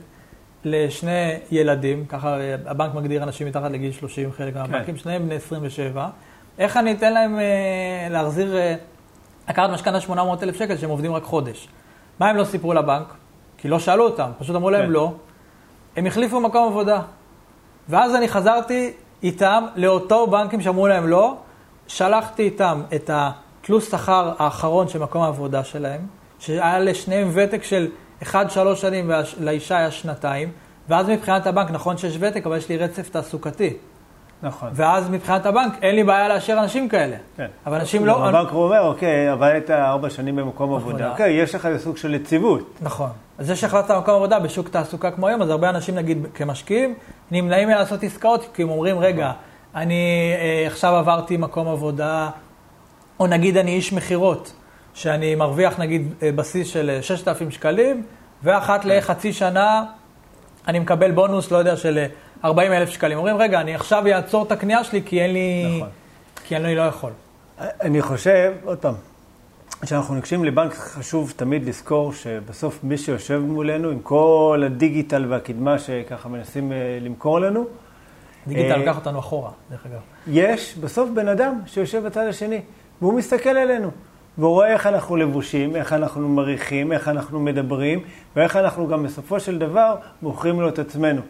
לשני ילדים, ככה הבנק מגדיר אנשים מתחת לגיל שלושים, חלק מהבנקים, כן. שניהם בני עשרים ושבע, איך אני אתן להם אה, להחזיר, אה, לקחת משכנתה שמונה מאות אלף שקל שהם עובדים רק חודש? מה הם לא סיפרו לבנק? כי לא שאלו אותם, פשוט אמרו להם כן. לא. הם החליפו מקום עבודה. ואז אני חזרתי איתם לאותו בנקים שאמרו להם לא, שלחתי איתם את התלוש שכר האחרון של מקום העבודה שלהם, שהיה לשניהם ותק של אחד עד שלוש שנים ולאישה היה שנתיים, ואז מבחינת הבנק, נכון שיש ותק, אבל יש לי רצף תעסוקתי. נכון. ואז מבחינת הבנק, אין לי בעיה לאשר אנשים כאלה. כן. אבל אנשים לא... הבנק הוא אומר, אוקיי, עבדת ארבע שנים במקום עבודה. אוקיי, יש לך סוג של יציבות. נכון. אז יש החלטת במקום עבודה בשוק תעסוקה כמו היום, אז הרבה אנשים, נגיד, כמשקיעים, נמנעים לעשות עסקאות, כי הם אומרים, רגע, אני אה, עכשיו עברתי מקום עבודה, או נגיד אני איש מחירות, שאני מרוויח, נגיד, אה, בסיס של ששת אלפים שקלים, ואחת לחצי שנה אני מקבל בונוס, לא יודע, של ארבעים אלף שקלים. אומרים, רגע, אני עכשיו אעצור את הקנייה שלי, כי אין לי... נכון. כי אני לא יכול. אני חושב, עוד פעם, כשאנחנו ניגשים לבנק, חשוב תמיד לזכור שבסוף מי שיושב מולנו, עם כל הדיגיטל והקדמה שככה מנסים למכור לנו, דיגיטל לקח אותנו אחורה, דרך אגב. יש בסוף בן אדם שיושב בצד השני, והוא מסתכל עלינו, והוא רואה איך אנחנו לבושים, איך אנחנו מריחים, איך אנחנו מדברים, ואיך אנחנו גם בסופו של דבר מוכרים לו את עצמנו.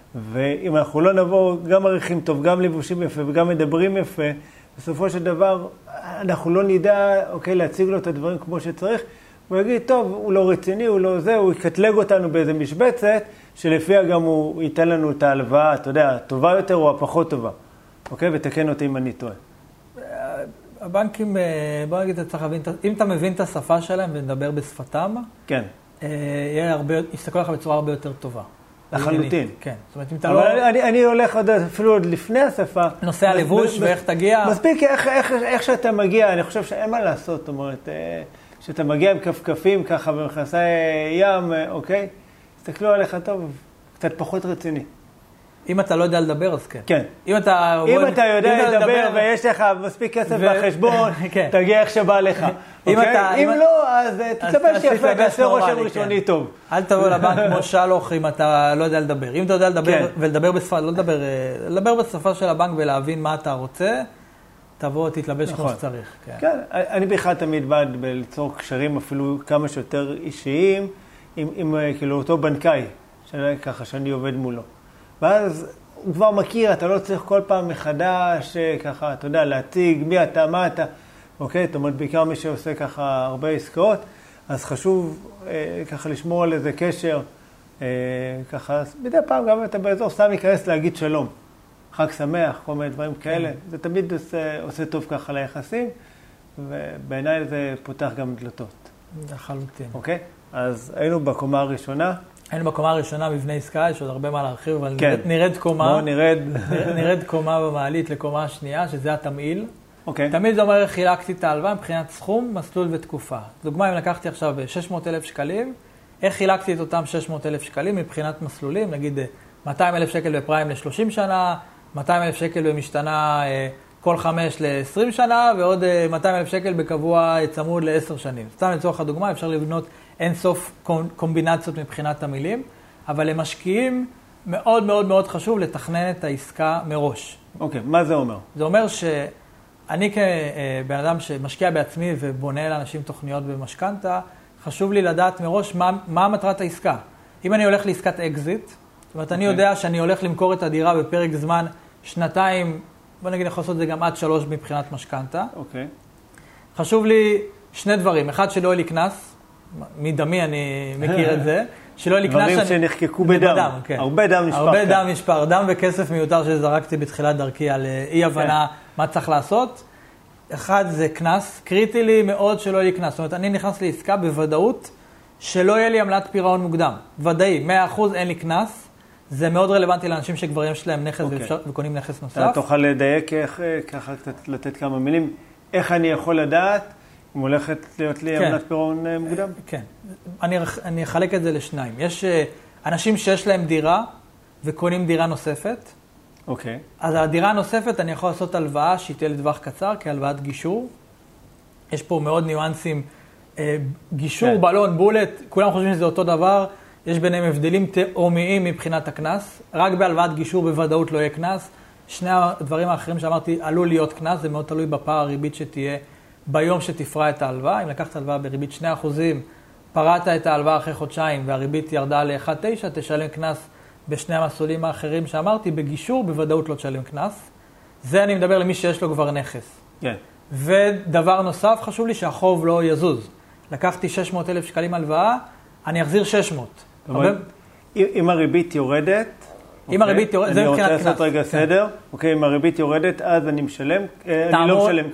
ואם אנחנו לא נבוא גם מריחים טוב, גם לבושים יפה וגם מדברים יפה, בסופו של דבר אנחנו לא נדע, אוקיי, להציג לו את הדברים כמו שצריך, הוא יגיד, טוב, הוא לא רציני, הוא לא זה, הוא יקטלג אותנו באיזה משבצת, שלפיה גם הוא ייתן לנו את ההלוואה, אתה יודע, הטובה יותר או הפחות טובה. אוקיי? ותקן אותי אם אני טועה. הבנקים, בוא נגיד, אתה צריך להבין, אם אתה מבין את השפה שלהם ונדבר בשפתם, כן. יהיה הרבה, יסתכל לך בצורה הרבה יותר טובה. לחלוטין. כן. זאת אומרת, אם אתה לא... אבל אני, אני הולך עוד אפילו עוד לפני השפה. נושא הלבוש ואיך תגיע. מספיק איך, איך, איך שאתה מגיע, אני חושב שאין מה לעשות, זאת אומרת, שאתה מגיע עם כפכפים ככה במכנסי ים, אוקיי? תסתכלו עליך טוב, קצת פחות רציני. אם אתה לא יודע לדבר, אז כן. כן. אם אתה, אם בוא, אתה יודע אם לדבר, לדבר ויש לך מספיק כסף ו... בחשבון, כן. תגיע איך שבא לך. אם, אוקיי? אתה, אם, אם לא, אז תקבל שיפה, תעשה רושם ראשוני כן. טוב. אל תבוא לבנק כמו שלוח אם אתה לא יודע לדבר. אם אתה יודע לדבר כן. ולדבר בשפה, לא לדבר, לדבר בשפה של הבנק ולהבין מה אתה רוצה, תבוא, תתלבש נכון. כמו שצריך. כן. כן, אני בכלל תמיד בעד ליצור קשרים אפילו כמה שיותר אישיים, עם, עם כאילו אותו בנקאי, ככה שאני עובד מולו. ואז הוא כבר מכיר, אתה לא צריך כל פעם מחדש, ככה, אתה יודע, להציג מי אתה, מה אתה, אוקיי? זאת אומרת, בעיקר מי שעושה ככה הרבה עסקאות, אז חשוב אה, ככה לשמור על איזה קשר, אה, ככה, מדי פעם גם אתה באזור, סתם ייכנס להגיד שלום, חג שמח, כל מיני דברים כאלה, זה תמיד עושה, עושה טוב ככה ליחסים, ובעיניי זה פותח גם דלתות. לחלוטין. אוקיי? אז היינו בקומה הראשונה, היינו בקומה הראשונה מבנה עסקה, יש עוד הרבה מה להרחיב, אבל כן. נרד, נרד קומה. בוא נרד. נרד קומה במעלית לקומה השנייה, שזה התמעיל. אוקיי. תמיד זה אומר, חילקתי את ההלוואה מבחינת סכום, מסלול ותקופה. דוגמה, אם לקחתי עכשיו שש מאות אלף שקלים, איך חילקתי את אותם שש מאות אלף שקלים מבחינת מסלולים? נגיד מאתיים אלף שקל בפריים ל-שלושים שנה, מאתיים אלף שקל במשתנה כל חמש ל-עשרים שנה, ועוד מאתיים אלף שקל בקבוע צמוד ל-עשר שנים. סתם לצורך הדוגמה, אפשר לבנות אין סוף קומבינציות מבחינת המילים, אבל למשקיעים מאוד מאוד מאוד חשוב לתכנן את העסקה מראש. אוקיי, מה זה אומר? זה אומר שאני כבן אדם שמשקיע בעצמי ובונה לאנשים תוכניות במשכנתה, חשוב לי לדעת מראש מה, מה מטרת העסקה. אם אני הולך לעסקת אקזיט, זאת אומרת, אני יודע שאני הולך למכור את הדירה בפרק זמן שנתיים, בוא נגיד, יכול לעשות את זה גם עד שלוש מבחינת משכנתה. אוקיי. חשוב לי שני דברים. אחד, שלא יהיה לי כנס, מדמי אני מכיר את זה, שלא יהיה לי כנס... דברים שנחקקו בדם. הרבה דם נשפך. הרבה דם נשפך, דם וכסף מיותר שזרקתי בתחילת דרכי על אי הבנה מה צריך לעשות. אחד, זה כנס. קריטי לי מאוד שלא יהיה לי כנס. זאת אומרת, אני נכנס לעסקה בוודאות שלא יהיה לי עמלת פירעון מוקדם. ודאי, מאה אחוז אין לי כנס. זה מאוד רלוונטי לאנשים שכבר יש להם נכס okay. וקונים נכס נוסף. אתה תוכל לדייק איך, ככה קצת לתת כמה מילים, איך אני יכול לדעת אם הולכת להיות לי כן. עמלת פירעון מוקדם? כן. אני, אני אחלק את זה לשניים. יש אנשים שיש להם דירה וקונים דירה נוספת. אוקיי. אז על הדירה הנוספת אני יכול לעשות הלוואה שהיא תהיה לטווח קצר, כהלוואת גישור. יש פה מאוד ניואנסים. גישור, כן. בלון, בולט, כולם חושבים שזה אותו דבר. יש ביניהם הבדלים תאומיים מבחינת הכנס. רק בהלוואת גישור בוודאות לא יהיה כנס. שני הדברים האחרים שאמרתי עלול להיות כנס, זה מאוד תלוי בפער הריבית שתהיה ביום שתפרע את ההלוואה. אם לקחת הלוואה בריבית שני אחוזים, פרעת את ההלוואה אחרי חודשיים והריבית ירדה ל-אחת נקודה תשע, תשלם כנס בשני המסלולים האחרים שאמרתי. בגישור בוודאות לא תשלם כנס. זה אני מדבר למי שיש לו כבר נכס. כן. ודבר נוסף, חשוב לי שהחוב לא יזוז. לקחתי שש מאות אלף שקלים הלוואה, אני אחזיר שש מאות. הרבה... אם הריבית יורדת, אם הריבית יורדת, זה מבחינת כנס. אני רוצה לעשות רגע סדר. אוקיי, אם הריבית יורדת, אז אני משלם, אני לא משלם.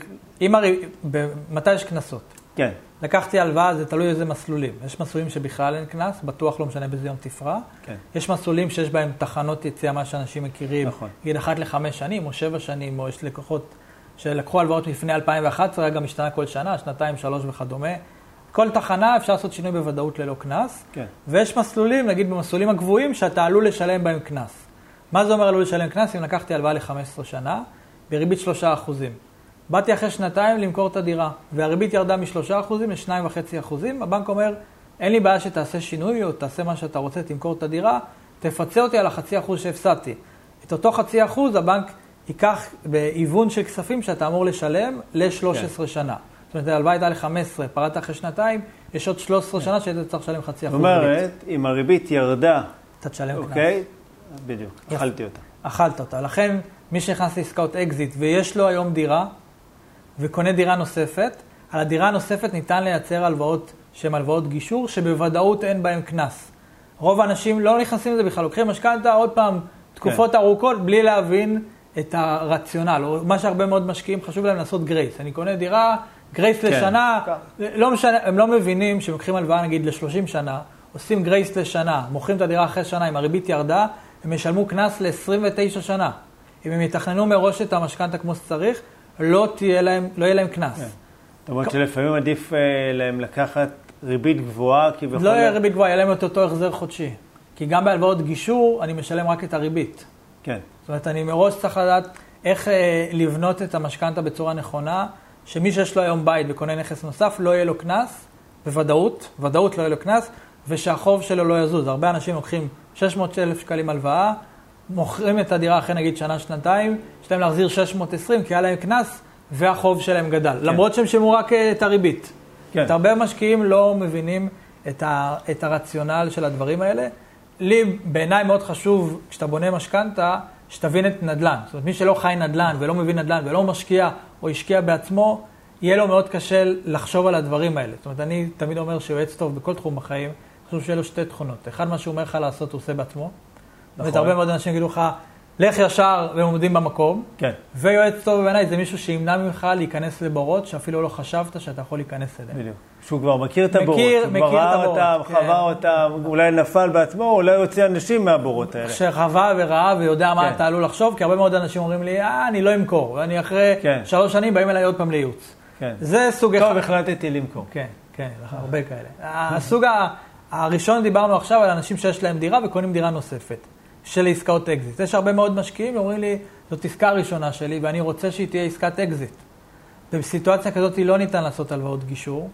מתי יש כנסות? כן. לקחתי הלוואה, זה תלוי איזה מסלולים. יש מסלולים שבכלל אין כנס, בטוח לא משנה באיזה יום תפרע. כן. יש מסלולים שיש בהם תחנות יציאה, מה שאנשים מכירים. נכון. נגיד אחת לחמש שנים או שבע שנים, או יש לקוחות שלקחו הלוואות לפני אלפיים ואחת עשרה, רגע משתנה כל שנה, שנתיים, שלוש וכדומה. כל תחנה אפשר לעשות שינוי בוודאות ללא כנס. כן. ויש מסלולים, נגיד במסלולים הגבוהים, שאתה עלול לשלם בהם כנס. מה זה אומר עלול לשלם כנס? אם לקחתי הלוואה ל-חמש עשרה שנה, בריבית שלושה אחוזים. באתי אחרי שנתיים למכור את הדירה, והריבית ירדה מ-שלושה אחוזים ל-שתיים נקודה חמש אחוזים. הבנק אומר, אין לי בעיה שתעשה שינוי, או תעשה מה שאתה רוצה, תמכור את הדירה, תפצה אותי על החצי אחוז שהפסדתי. את אותו חצי אחוז, הבנק ייקח באיוון של כספים שאתה אמור לשלם ל-שלוש עשרה כן. שנה. זאת אומרת, הלוואה הייתה ל-חמש עשרה, פרעת אחרי שנתיים, יש עוד שלוש עשרה כן. שנה שהיית צריך לשלם חצי אחוז. זאת אומרת, אם הריבית ירדה, אתה תשלם כנס. אוקיי, בדיוק, אכלתי אותה. אכלת אותה. לכן, מי שנכנס לעסקאות אקזיט ויש לו היום דירה, וקונה דירה נוספת, על הדירה הנוספת ניתן לייצר הלוואות שהן הלוואות גישור, שבוודאות אין בהן כנס. רוב האנשים לא נכנסים לזה בכלל, לוקחים משכנתא עוד פעם תקופות כן. ארוכות, בלי להבין את הרציונל, או מה שהרבה מאוד משקיעים חשוב להם לעשות גרייס. אני קונה דירה, גרייס כן. לשנה, לא משנה, הם לא מבינים שלוקחים הלוואה נגיד ל-שלושים שנה, עושים גרייס לשנה, מוכרים את הדירה אחרי שנה, אם הריבית ירדה, הם ישלמו כנס ל-עשרים ותשע שנה. אם הם יתכננו מראש את המשכנתא כמו שצריך, לא תהיה להם, לא יהיה להם כנס. זאת אומרת שלפעמים עדיף להם לקחת ריבית גבוהה, כי בכל... לא יהיה ריבית גבוהה, יהיה להם את אותו החזר חודשי. כי גם בהלוואות גישור, אני משלם רק את הריבית. כן. זאת אומרת, אני מראש צריך לדעת איך לבנות את המשכנתא בצורה נכונה, שמי שיש לו היום בית וקונה נכס נוסף, לא יהיה לו כנס, בוודאות, ודאות לא יהיה לו כנס, ושהחוב שלו לא יזוז. הרבה אנשים לוקחים שש מאות אלף שקלים הלוואה, מוכרים את הדירה אחרי נגיד שנה, שנתיים, יש להם להחזיר שש מאות עשרים, כי היה להם כנס, והחוב שלהם גדל. כן. למרות שהם שילמו רק את הריבית. כן. את הרבה משקיעים לא מבינים את, ה, את הרציונל של הדברים האלה. לי, בעיניי מאוד חשוב, כשאתה בונה משכנתא, שתבין את נדל"ן. זאת אומרת, מי שלא חי נדל"ן ולא מבין נדל"ן ולא משקיע או השקיע בעצמו, יהיה לו מאוד קשה לחשוב על הדברים האלה. זאת אומרת, אני תמיד אומר שיועץ טוב בכל תחום בחיים, חשוב שיהיה לו שתי תכונות. אחד, מה שהוא אומר לך לעשות, הוא עושה בעצמו. נכון. זאת אומרת, הרבה מאוד אנשים יגידו לך, לך ישר והם עומדים במקום. כן. ויועץ טוב בעיניי זה מישהו שימנע ממך להיכנס לבורות שאפילו לא חשבת שאתה יכול להיכנס אליהם. בדיוק. שהוא כבר מכיר את הבורות. מכיר, מכיר את הבורות. אותם, כן. חווה אותם, אולי נפל בעצמו, אולי יוצא אנשים מהבורות האלה. שחווה וראה ויודע כן. מה אתה עלול לחשוב, כי הרבה מאוד אנשים אומרים לי, אה, אני לא אמכור. ואני אחרי כן. שלוש שנים באים אליי עוד פעם לייעוץ. כן. זה סוג טוב, החלטתי למכור. כן, כן, הרבה כאלה. הסוג הראשון דיברנו עכשיו על אנשים שיש להם דירה וקונים דירה נוספת. של עסקאות אקזיט. יש הרבה מאוד משקיעים ואומרים לי, זאת עסקה ראשונה שלי ואני רוצה שהיא תהיה עסקת אקזיט. בסיטואציה כזאת לא ניתן לעשות הלוואות גישור.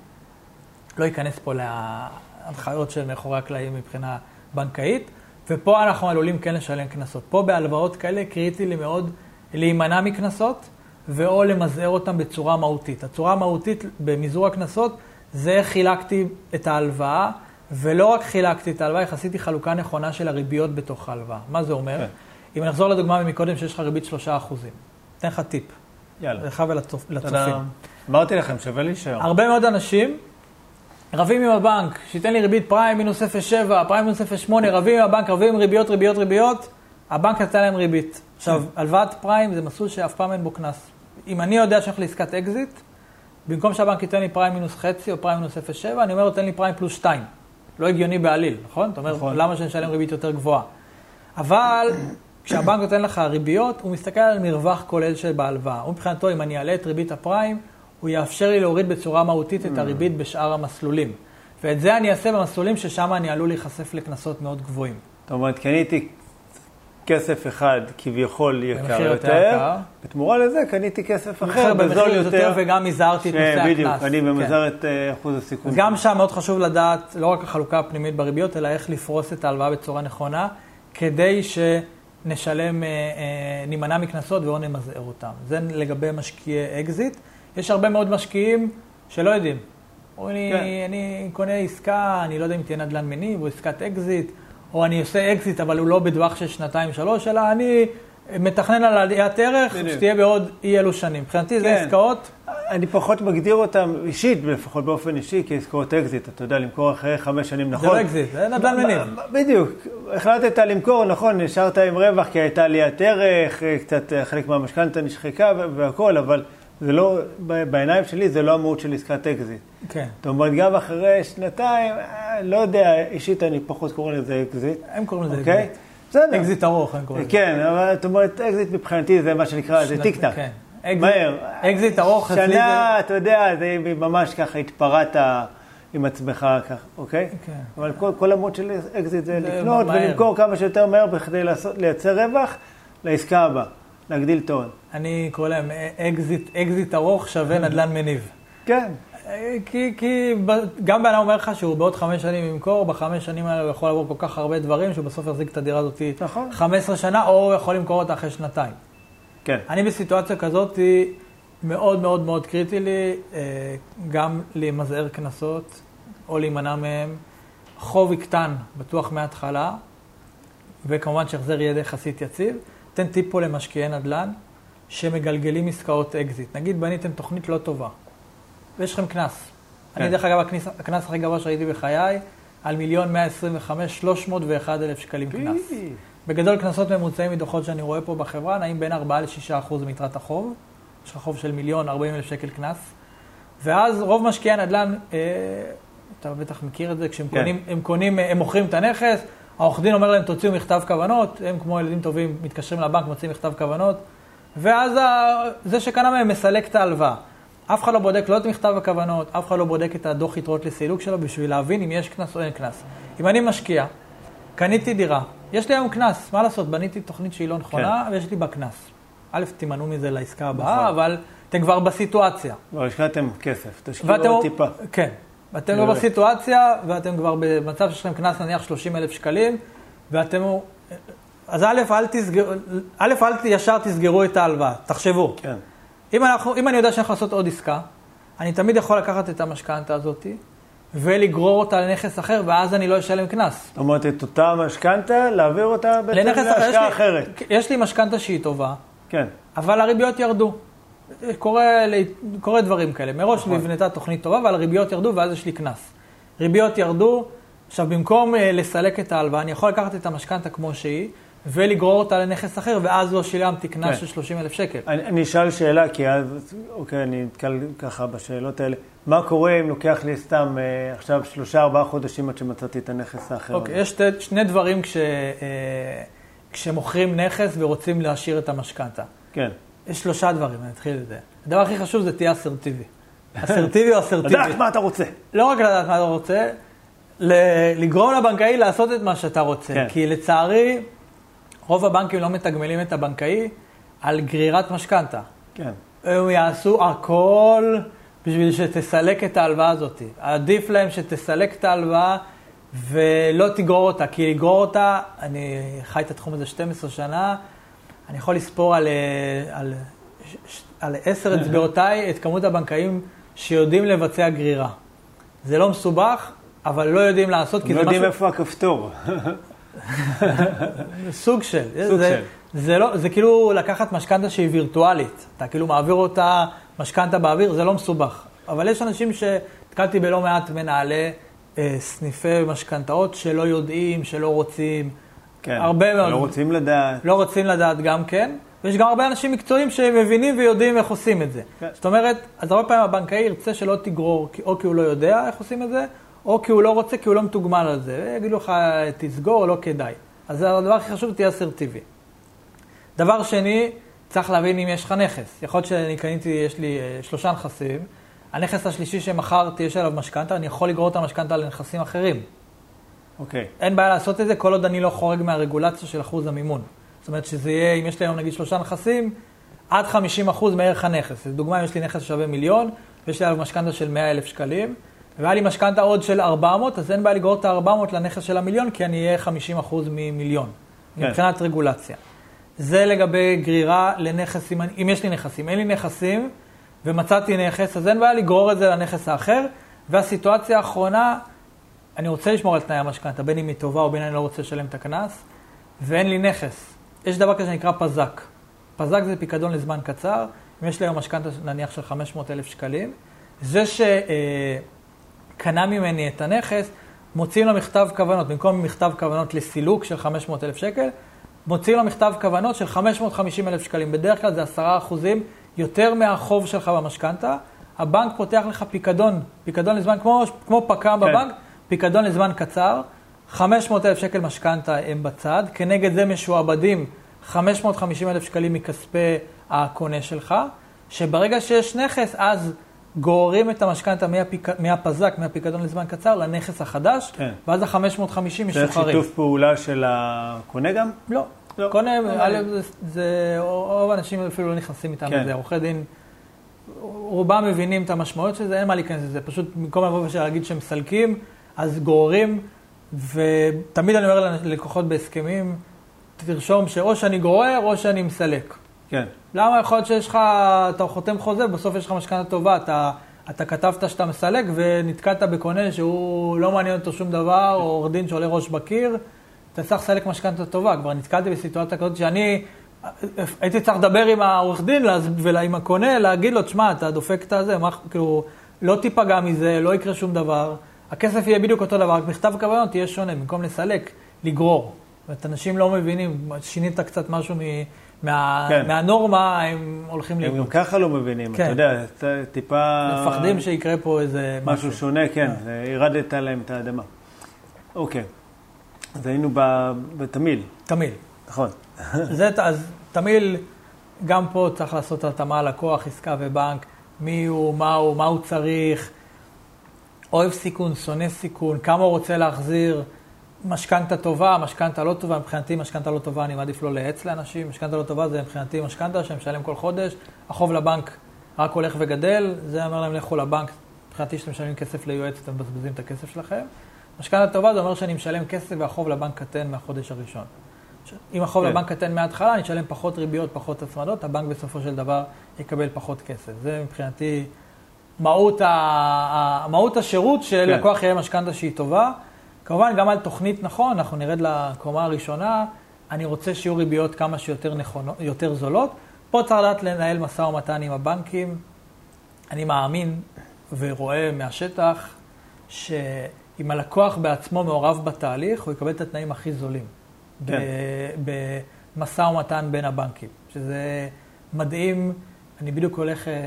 לא ייכנס פה להנחיות של מאחורי הקלעים מבחינה בנקאית, ופה אנחנו עלולים כן לשלם כנסות. פה בהלוואות כאלה קריטי לי מאוד להימנע מכנסות, ואו למזער אותם בצורה מהותית. הצורה המהותית במזעור הכנסות זה איך חילקתי את ההלוואה, ולא רק חילקתי את ההלוואה, עשיתי חלוקה נכונה של הריביות בתוך ההלוואה. מה זה אומר? Okay. אם נחזור לדוגמה ממקודם שיש לך ריבית שלושה אחוזים. אתן לך טיפ. יאללה. לך ולצופים. אמרתי לכם, שווה להישאר. הרבה מאוד אנשים רבים עם הבנק, שייתן לי ריבית פריים מינוס אפס נקודה שבע, פריים מינוס אפס נקודה שמונה, רבים עם הבנק, רבים עם ריביות, ריביות, ריביות, הבנק נתן להם ריבית. עכשיו, הלוואת פריים זה מסלול שאף פעם אין בו כנס. אם אני יודע שאני הולך לעסקת אקזיט, במקום שהבנק ייתן לי פריים מינוס חצי או פריים מינוס אפס נקודה שבע, אני אומר לו, תן לי פריים פלוס שתיים. לא הגיוני בעליל, נכון? אתה אומר, נכון. למה שנשלם ריבית יותר גבוהה? אבל כשהבנק נותן לך ריביות, הוא מסתכל על מרווח כולל של בהלוואה. הוא מבחינתו, אם אני אעלה את ריבית הפריים, הוא יאפשר לי להוריד בצורה מהותית את הריבית בשאר המסלולים. ואת זה אני אעשה במסלולים ששם אני עלול להיחשף לכנסות מאוד גבוהים. זאת אומרת, קניתי כסף אחד כביכול יקר יותר, יקר. בתמורה לזה קניתי כסף אחר בזול יותר. יותר וגם מזהרתי את נושא הקנס. בדיוק, אני במזהר כן. את אחוז הסיכון. גם שם מאוד חשוב לדעת, לא רק החלוקה הפנימית בריביות, אלא איך לפרוס את ההלוואה בצורה נכונה, כדי שנשלם, נימנע מקנסות ולא נמזער אותם. זה לגבי משקיעי אקזיט. יש הרבה מאוד משקיעים שלא יודעים. או אני, כן. אני קונה עסקה, אני לא יודע אם תהיה נדל"ן מניב או עסקת אקזיט, או אני עושה אקזיט, אבל הוא לא בדווח של שנתיים שלוש, אלא אני מתכנן על עליית ערך, שתהיה בעוד אי אלו שנים. מבחינתי כן. זה עסקאות. אני פחות מגדיר אותם אישית, לפחות באופן אישי, כעסקאות אקזיט. אתה יודע, למכור אחרי חמש שנים, נכון? זה לא אקזיט, זה נדל"ן מניב. בדיוק. החלטת למכור, נכון, נשארת עם רווח, כי הייתה עליית ערך, קצת חלק מהמשכנתא נשחקה והכל, אבל זה לא, בעיניים שלי זה לא המהות של עסקת אקזיט. כן. זאת אומרת, גם אחרי שנתיים, לא יודע, אישית אני פחות קורא לזה אקזיט. הם קוראים לזה אקזיט. בסדר. אקזיט ארוך, הם קוראים לזה. כן, אבל זאת אומרת, אקזיט מבחינתי זה מה שנקרא, זה טיק-טק. כן. מהר. אקזיט ארוך. שנה, אתה יודע, זה ממש ככה התפרעת עם עצמך ככה, אוקיי? כן. אבל כל המהות של אקזיט זה לקנות ולמכור כמה שיותר מהר בכדי לייצר רווח לעסקה הבאה. להגדיל טון. אני קורא להם אקזיט, אקזיט ארוך שווה נדל"ן מניב. כן. כי, כי גם בעלה אומר לך שהוא בעוד חמש שנים ימכור, בחמש שנים האלה הוא יכול לעבור כל כך הרבה דברים, שהוא בסוף יחזיק את הדירה הזאת נכון. חמש עשרה שנה, או הוא יכול למכור אותה אחרי שנתיים. כן. אני בסיטואציה כזאת מאוד מאוד מאוד קריטי לי, גם למזער כנסות, או להימנע מהם. חוב יקטן, בטוח מההתחלה, וכמובן שהחזר יהיה יחסית יציב. תן טיפ פה למשקיעי נדל"ן שמגלגלים עסקאות אקזיט. נגיד בניתם תוכנית לא טובה, ויש לכם כנס. כן. אני דרך אגב, הכנס, הכנס הכי גבוה שראיתי בחיי, על מיליון מאה עשרים וחמש, שלוש מאות ואחד אלף שקלים כנס. בגדול כנסות ממוצעים מדוחות שאני רואה פה בחברה, נעים בין ארבעה לשישה אחוז מיתרת החוב. יש לך חוב של מיליון ארבעים אלף שקל כנס. ואז רוב משקיעי הנדל"ן, אה, אתה בטח מכיר את זה, כשהם כן. קונים, הם קונים, הם מוכרים את הנכס, העורך דין אומר להם, תוציאו מכתב כוונות, הם כמו ילדים טובים מתקשרים לבנק, מוצאים מכתב כוונות, ואז זה שקנה מהם מסלק את ההלוואה. אף אחד לא בודק לא את מכתב הכוונות, אף אחד לא בודק את הדוח יתרות לסילוק שלו, בשביל להבין אם יש כנס או אין כנס. אם אני משקיע, קניתי דירה, יש לי היום כנס, מה לעשות? בניתי תוכנית שהיא לא נכונה, כן. ויש לי בה כנס. א', תימנעו מזה לעסקה הבאה, נכון. אבל אתם כבר בסיטואציה. לא, השקעתם כסף, תשקיעו עוד טיפה. כן. ואתם לא בסיטואציה, ואתם כבר במצב שיש לכם כנס נניח שלושים אלף שקלים, ואתם... אז א', אל תסגרו, א', אל ישר תסגרו את ההלוואה, תחשבו. כן. אם, אנחנו, אם אני יודע שאני יכול לעשות עוד עסקה, אני תמיד יכול לקחת את המשכנתא הזאת, ולגרור אותה לנכס אחר, ואז אני לא אשלם כנס. זאת אומרת, את אותה משכנתא, להעביר אותה בעצם להשקעה אחרת. יש לי משכנתא שהיא טובה, כן. אבל הריביות ירדו. קורה, קורה דברים כאלה. מראש נכון. נבנתה תוכנית טובה, אבל הריביות ירדו, ואז יש לי כנס. ריביות ירדו, עכשיו במקום לסלק את ההלוואה, אני יכול לקחת את המשכנתא כמו שהיא, ולגרור אותה לנכס אחר, ואז לא שילמתי קנס כן. של שלושים אלף שקל. אני, אני אשאל שאלה, כי אז, אוקיי, אני אתקל ככה בשאלות האלה. מה קורה אם לוקח לי סתם אה, עכשיו שלושה, ארבעה חודשים עד שמצאתי את הנכס האחר? אוקיי, יש שתי, שני דברים כש, אה, כשמוכרים נכס ורוצים להשאיר את המשכנתא. כן. יש שלושה דברים, אני אתחיל את זה. הדבר הכי חשוב זה תהיה אסרטיבי. אסרטיבי או אסרטיבי. לדעת מה אתה רוצה. לא רק לדעת מה אתה רוצה, לגרום לבנקאי לעשות את מה שאתה רוצה. כן. כי לצערי, רוב הבנקים לא מתגמלים את הבנקאי על גרירת משכנתא. כן. הם יעשו הכל בשביל שתסלק את ההלוואה הזאת. עדיף להם שתסלק את ההלוואה ולא תגרור אותה. כי לגרור אותה, אני חי את התחום הזה שתים עשרה שנה, אני יכול לספור על, על, על עשר אצבעותיי את כמות הבנקאים שיודעים לבצע גרירה. זה לא מסובך, אבל לא יודעים לעשות. לא יודעים איפה הכפתור. סוג של. זה, זה, לא, זה כאילו לקחת משכנתא שהיא וירטואלית. אתה כאילו מעביר אותה משכנתא באוויר, זה לא מסובך. אבל יש אנשים שתקלתי בלא מעט מנהלי אה, סניפי משכנתאות שלא יודעים, שלא רוצים. כן, הרבה מאוד. לא רוצים לדעת. לא רוצים לדעת גם כן. ויש גם הרבה אנשים מקצועיים שמבינים ויודעים איך עושים את זה. כן. זאת אומרת, אז הרבה פעמים הבנקאי ירצה שלא תגרור, או כי הוא לא יודע איך עושים את זה, או כי הוא לא רוצה, כי הוא לא מתוגמל על זה. יגידו לך, תסגור, לא כדאי. אז הדבר הכי חשוב, תהיה אסרטיבי. דבר שני, צריך להבין אם יש לך נכס. יכול להיות שאני קניתי, יש לי שלושה נכסים. הנכס השלישי שמחרתי, יש עליו משכנתא, אני יכול לגרור את המשכנתא לנכסים אחרים. אוקיי. אין בעיה לעשות את זה, כל עוד אני לא חורג מהרגולציה של אחוז המימון. זאת אומרת שזה יהיה, אם יש לי היום נגיד שלושה נכסים, עד חמישים אחוז מערך הנכס. לדוגמה, אם יש לי נכס שווה מיליון, ויש לי עליו משכנתה של מאה אלף שקלים, והיה לי משכנתה עוד של ארבע מאות, אז אין בעיה לגרור את ה-ארבע מאות לנכס של המיליון, כי אני אהיה חמישים אחוז ממיליון, כן. מבחינת רגולציה. זה לגבי גרירה לנכס, אם, אם יש לי נכסים. אין לי נכסים, ומצאתי נכס, אז אין בעיה לגרור את זה לנכס האחר, והסיטואציה האחרונה, אני רוצה לשמור על תנאי המשכנתה, בין אם היא טובה או בין אני לא רוצה לשלם את הכנס, ואין לי נכס. יש דבר כזה שנקרא פזק. פזק זה פיקדון לזמן קצר, אם יש לי היום משכנתה נניח של חמש מאות אלף שקלים, זה שקנה ממני את הנכס, מוציאים לו מכתב כוונות, במקום מכתב כוונות לסילוק של חמש מאות אלף שקל, מוציאים לו מכתב כוונות של חמש מאות וחמישים אלף שקלים. בדרך כלל זה עשרה אחוזים יותר מהחוב שלך במשכנתה. הבנק פותח לך פיקדון, פיקדון לזמן, כמו, כמו פקם כן. בבנק, פיקדון לזמן קצר, חמש מאות אלף שקל משכנתה הם בצד, כנגד זה משועבדים חמש מאות וחמישים אלף שקלים מכספי הקונה שלך, שברגע שיש נכס, אז גוררים את המשכנתה מהפיק... מהפזק, מהפיקדון לזמן קצר, לנכס החדש, כן. ואז ה-חמש מאות וחמישים משוחררים. זה שיתוף פעולה של הקונה גם? לא. לא. קונה, א', זה, זה, רוב האנשים אפילו לא נכנסים איתם כן. לזה. עורכי דין, רובם מבינים את המשמעות של זה, אין מה להיכנס לזה. פשוט במקום לבוא ולהגיד שהם מסלקים, אז גוררים, ותמיד אני אומר ללקוחות בהסכמים, תרשום שאו שאני גורר או שאני מסלק. כן. למה יכול להיות שיש לך, אתה חותם חוזה, בסוף יש לך משכנתה טובה, אתה, אתה כתבת שאתה מסלק ונתקעת בקונה שהוא לא מעניין אותו שום דבר, או עורך דין שעולה ראש בקיר, אתה צריך לסלק משכנתה טובה. כבר נתקעתי בסיטואציה כזאת שאני הייתי צריך לדבר עם העורך דין ועם הקונה, להגיד לו, תשמע, אתה דופק את הזה, מה, כאילו, לא תיפגע מזה, לא יקרה שום דבר, הכסף יהיה בדיוק אותו דבר, רק מכתב כוונות תהיה שונה, במקום לסלק, לגרור. ואת אנשים לא מבינים, שינית קצת משהו מ... מה, כן. מהנורמה הם הולכים הם גם ככה לא מבינים, כן. אתה יודע, טיפה... מפחדים שיקרה פה איזה משהו. משהו שונה, כן, yeah. הרדת להם את האדמה. אוקיי, אז היינו בתמיל. תמיל. נכון. זה, אז תמיל, גם פה צריך לעשות התאמה לקוח, עסקה ובנק, מי הוא, מה הוא, מה הוא צריך, אוהב סיכון, שונא סיכון, כמה הוא רוצה להחזיר, משכנתה טובה, משכנתה לא טובה, מבחינתי משכנתה לא טובה, אני מעדיף לא להץ לאנשים, משכנתה לא טובה זה מבחינתי משכנתה שאני משלם כל חודש, החוב לבנק רק הולך וגדל, זה אומר להם לכו לבנק, מבחינתי שאתם משלמים כסף ליועץ, אתם מבזבזים את הכסף שלכם. משכנתה טובה זה אומר שאני משלם כסף והחוב לבנק קטן מהחודש הראשון. אם החוב לבנק קטן מההתחלה, אני אשלם פחות ריביות, פחות הצמדות, הבנק בסופו של דבר יקבל פחות כסף. זה מבחינתי מהות, ה... מהות השירות של לקוח יהיה משכנתה שהיא טובה. כמובן, גם על תוכנית נכון, אנחנו נרד לקומה הראשונה, אני רוצה שיהיו ריביות כמה שיותר נכונות, יותר זולות. פה צריך לדעת לנהל משא ומתן עם הבנקים. אני מאמין ורואה מהשטח שאם הלקוח בעצמו מעורב בתהליך, הוא יקבל את התנאים הכי זולים. כן. במשא ומתן בין הבנקים, שזה מדהים. אני בדיוק הולך אה, אה,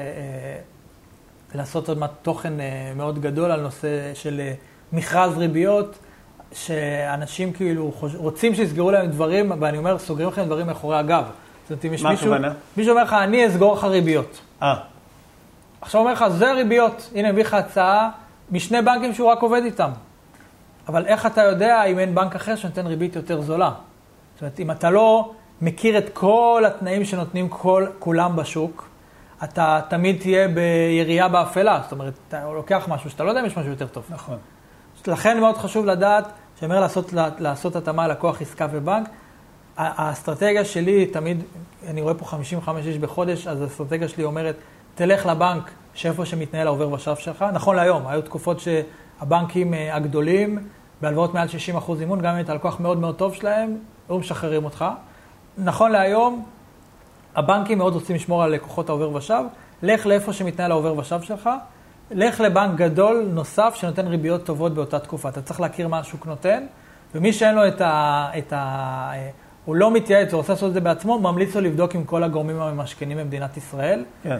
לעשות עוד תוכן אה, מאוד גדול על נושא של אה, מכרז ריביות, שאנשים כאילו חוש... רוצים שיסגרו להם דברים, ואני אומר, סוגרים לכם דברים מאחורי הגב. זאת אומרת, אם יש מישהו, מישהו אומר לך, אני אסגור לך ריביות. אה. עכשיו אומר לך, זה ריביות. הנה, מביא לך הצעה משני בנקים שהוא רק עובד איתם. אבל איך אתה יודע אם אין בנק אחר שנותן ריבית יותר זולה? זאת אומרת, אם אתה לא מכיר את כל התנאים שנותנים כל, כולם בשוק, אתה תמיד תהיה בירייה באפלה. זאת אומרת, אתה לוקח משהו שאתה לא יודע אם יש משהו יותר טוב. נכון. לכן מאוד חשוב לדעת, שאומר לעשות, לעשות התאמה לקוח עסקה ובנק. האסטרטגיה שלי תמיד, אני רואה פה חמישים וחמישה איש בחודש, אז האסטרטגיה שלי אומרת, תלך לבנק שאיפה שמתנהל העובר ושב שלך. נכון להיום, היו תקופות שהבנקים הגדולים, בהלוואות מעל שישים אחוז אימון, גם אם אתה לקוח מאוד מאוד טוב שלהם, לא משחררים אותך. נכון להיום, הבנקים מאוד רוצים לשמור על לקוחות העובר ושב, לך לאיפה שמתנהל העובר ושב שלך, לך לבנק גדול נוסף שנותן ריביות טובות באותה תקופה. אתה צריך להכיר מה השוק נותן, ומי שאין לו את ה... את ה הוא לא מתייעץ, הוא רוצה לעשות את זה בעצמו, ממליץ לו לבדוק עם כל הגורמים המשכנים במדינת ישראל. כן.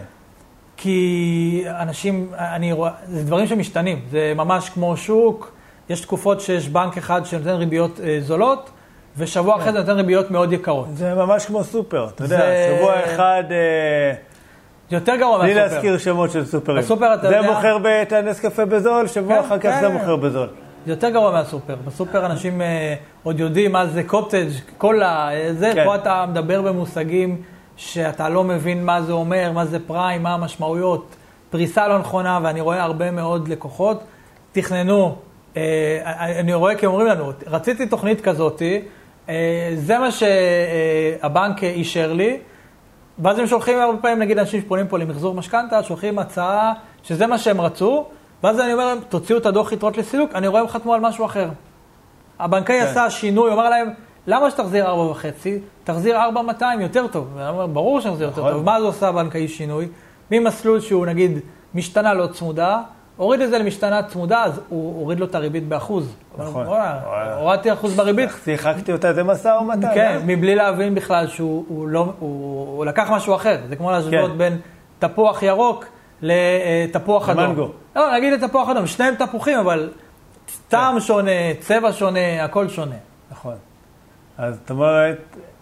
כי אנשים, אני רואה, זה דברים שמשתנים. זה ממש כמו שוק, יש תקופות שיש בנק אחד שנותן ריביות אה, זולות, ושבוע אחרי זה נותן ריביות מאוד יקרות. זה ממש כמו סופר, אתה יודע, שבוע אחד... אה... זה יותר גרוע מהסופר. בלי להזכיר שמות של סופרים. בסופר אתה זה יודע... מוכר את הנס קפה בזול, שבוע אחר כך זה מוכר בזול. זה יותר גרוע מהסופר. בסופר אנשים אה, עוד יודעים מה זה קוטג', קולה, זה, כן. פה אתה מדבר במושגים שאתה לא מבין מה זה אומר, מה זה פריים, מה המשמעויות, פריסה לא נכונה, ואני רואה הרבה מאוד לקוחות, תכננו, אה, אני רואה כי אומרים לנו, רציתי תוכנית כזאת, אה, זה מה שהבנק אישר לי, ואז הם שולחים הרבה פעמים, נגיד אנשים שפונים פה למחזור משכנתה, שולחים הצעה שזה מה שהם רצו, ואז אני אומר להם, תוציאו את הדוח יתרות לסילוק, אני רואה הם חתמו על משהו אחר. הבנקאי כן. עשה שינוי, אומר להם, למה שתחזיר ארבע וחצי? תחזיר ארבע מאתיים, יותר טוב. ואני אומר, ברור שתחזיר יותר טוב. מה זה עושה הבנקאי שינוי? ממסלול שהוא נגיד משתנה לא צמודה, הוריד את זה למשתנה צמודה, אז הוא הוריד לו את הריבית באחוז. נכון. הורדתי אחוז בריבית. שיחקתי אותה, זה מסע או מתן. כן, מבלי להבין בכלל שהוא לא, הוא לקח משהו אחר. זה כמו להשוות בין תפוח ירוק לתפוח אדום. מנגו. לא, נגיד לתפוח אדום, שניהם תפוחים, אבל טעם שונה, צבע שונה, הכל שונה. נכון. אז זאת אומרת,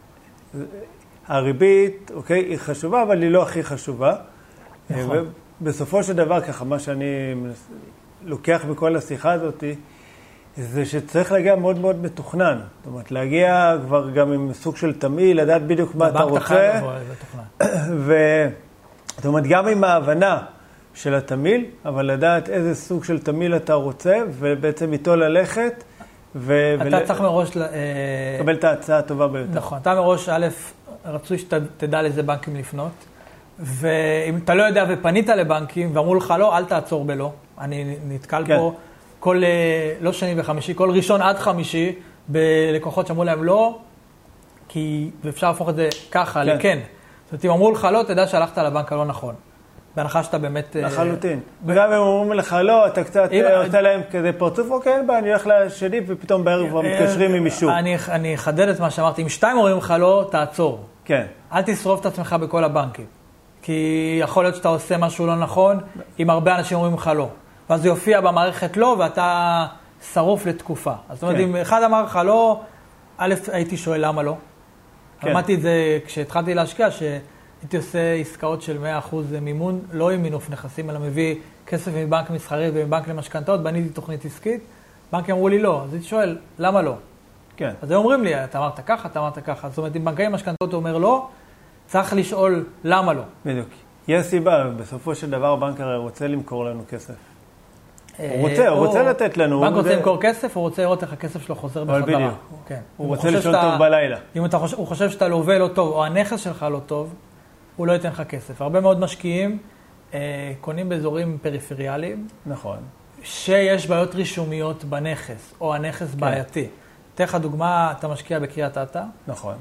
הריבית, אוקיי, היא חשובה, אבל היא לא הכי חשובה. נכון. ובסופו של דבר, ככה, מה שאני לוקח בכל השיחה הזאת, זה שצריך להגיע מאוד מאוד מתוכנן. זאת אומרת, להגיע כבר גם עם סוג של תמהיל, לדעת בדיוק מה אתה רוצה. ו... זאת אומרת, גם עם ההבנה של התמיל, אבל לדעת איזה סוג של תמיל אתה רוצה, ובעצם איתו ללכת. ו... אתה ול... צריך מראש... לקבל את ההצעה הטובה ביותר. נכון, אתה מראש, א', רצוי שתדע לאיזה בנקים לפנות, ואם אתה לא יודע ופנית לבנקים, ואמרו לך לא, אל תעצור בלא. אני נתקל כן. פה כל, לא שני וחמישי, כל ראשון עד חמישי, בלקוחות שאמרו להם לא, כי אפשר להפוך את זה ככה, כן. לכן. זאת אומרת, אם אמרו לך לא, תדע שהלכת לבנק הלא נכון. בהנחה שאתה באמת... לחלוטין. וגם אם אומרים לך לא, אתה קצת עושה להם כזה פרצוף, אוקיי, אין בה, אני הולך לשני, ופתאום בערב כבר מתקשרים עם מישהו. אני אחדד את מה שאמרתי. אם שתיים אומרים לך לא, תעצור. כן. אל תשרוף את עצמך בכל הבנקים. כי יכול להיות שאתה עושה משהו לא נכון, אם הרבה אנשים אומרים לך לא. ואז זה יופיע במערכת לא, ואתה שרוף לתקופה. אז זאת אומרת, אם אחד אמר לך לא, א', הייתי שואל למה לא. אמרתי את זה כשהתחלתי להשקיע, שהייתי עושה עסקאות של מאה אחוז מימון, לא עם מינוף נכסים, אלא מביא כסף מבנק מסחרי ומבנק למשכנתאות, בניתי תוכנית עסקית, בנקים אמרו לי לא, אז הייתי שואל, למה לא? כן. אז הם אומרים לי, אתה אמרת ככה, אתה אמרת ככה. זאת אומרת, אם בנקאי משכנתאות אומר לא, צריך לשאול למה לא. בדיוק. יש סיבה, בסופו של דבר בנק הרי רוצה למכור לנו כסף. הוא רוצה, הוא רוצה לתת לנו. בנק רוצה למכור כסף, הוא רוצה לראות איך הכסף שלו חוזר בחזרה. אבל בדיוק. הוא רוצה לישון טוב בלילה. אם הוא חושב שאתה לווה לא טוב, או הנכס שלך לא טוב, הוא לא ייתן לך כסף. הרבה מאוד משקיעים קונים באזורים פריפריאליים. נכון. שיש בעיות רישומיות בנכס, או הנכס בעייתי. אתן לך דוגמה, אתה משקיע בקריית אתא. נכון.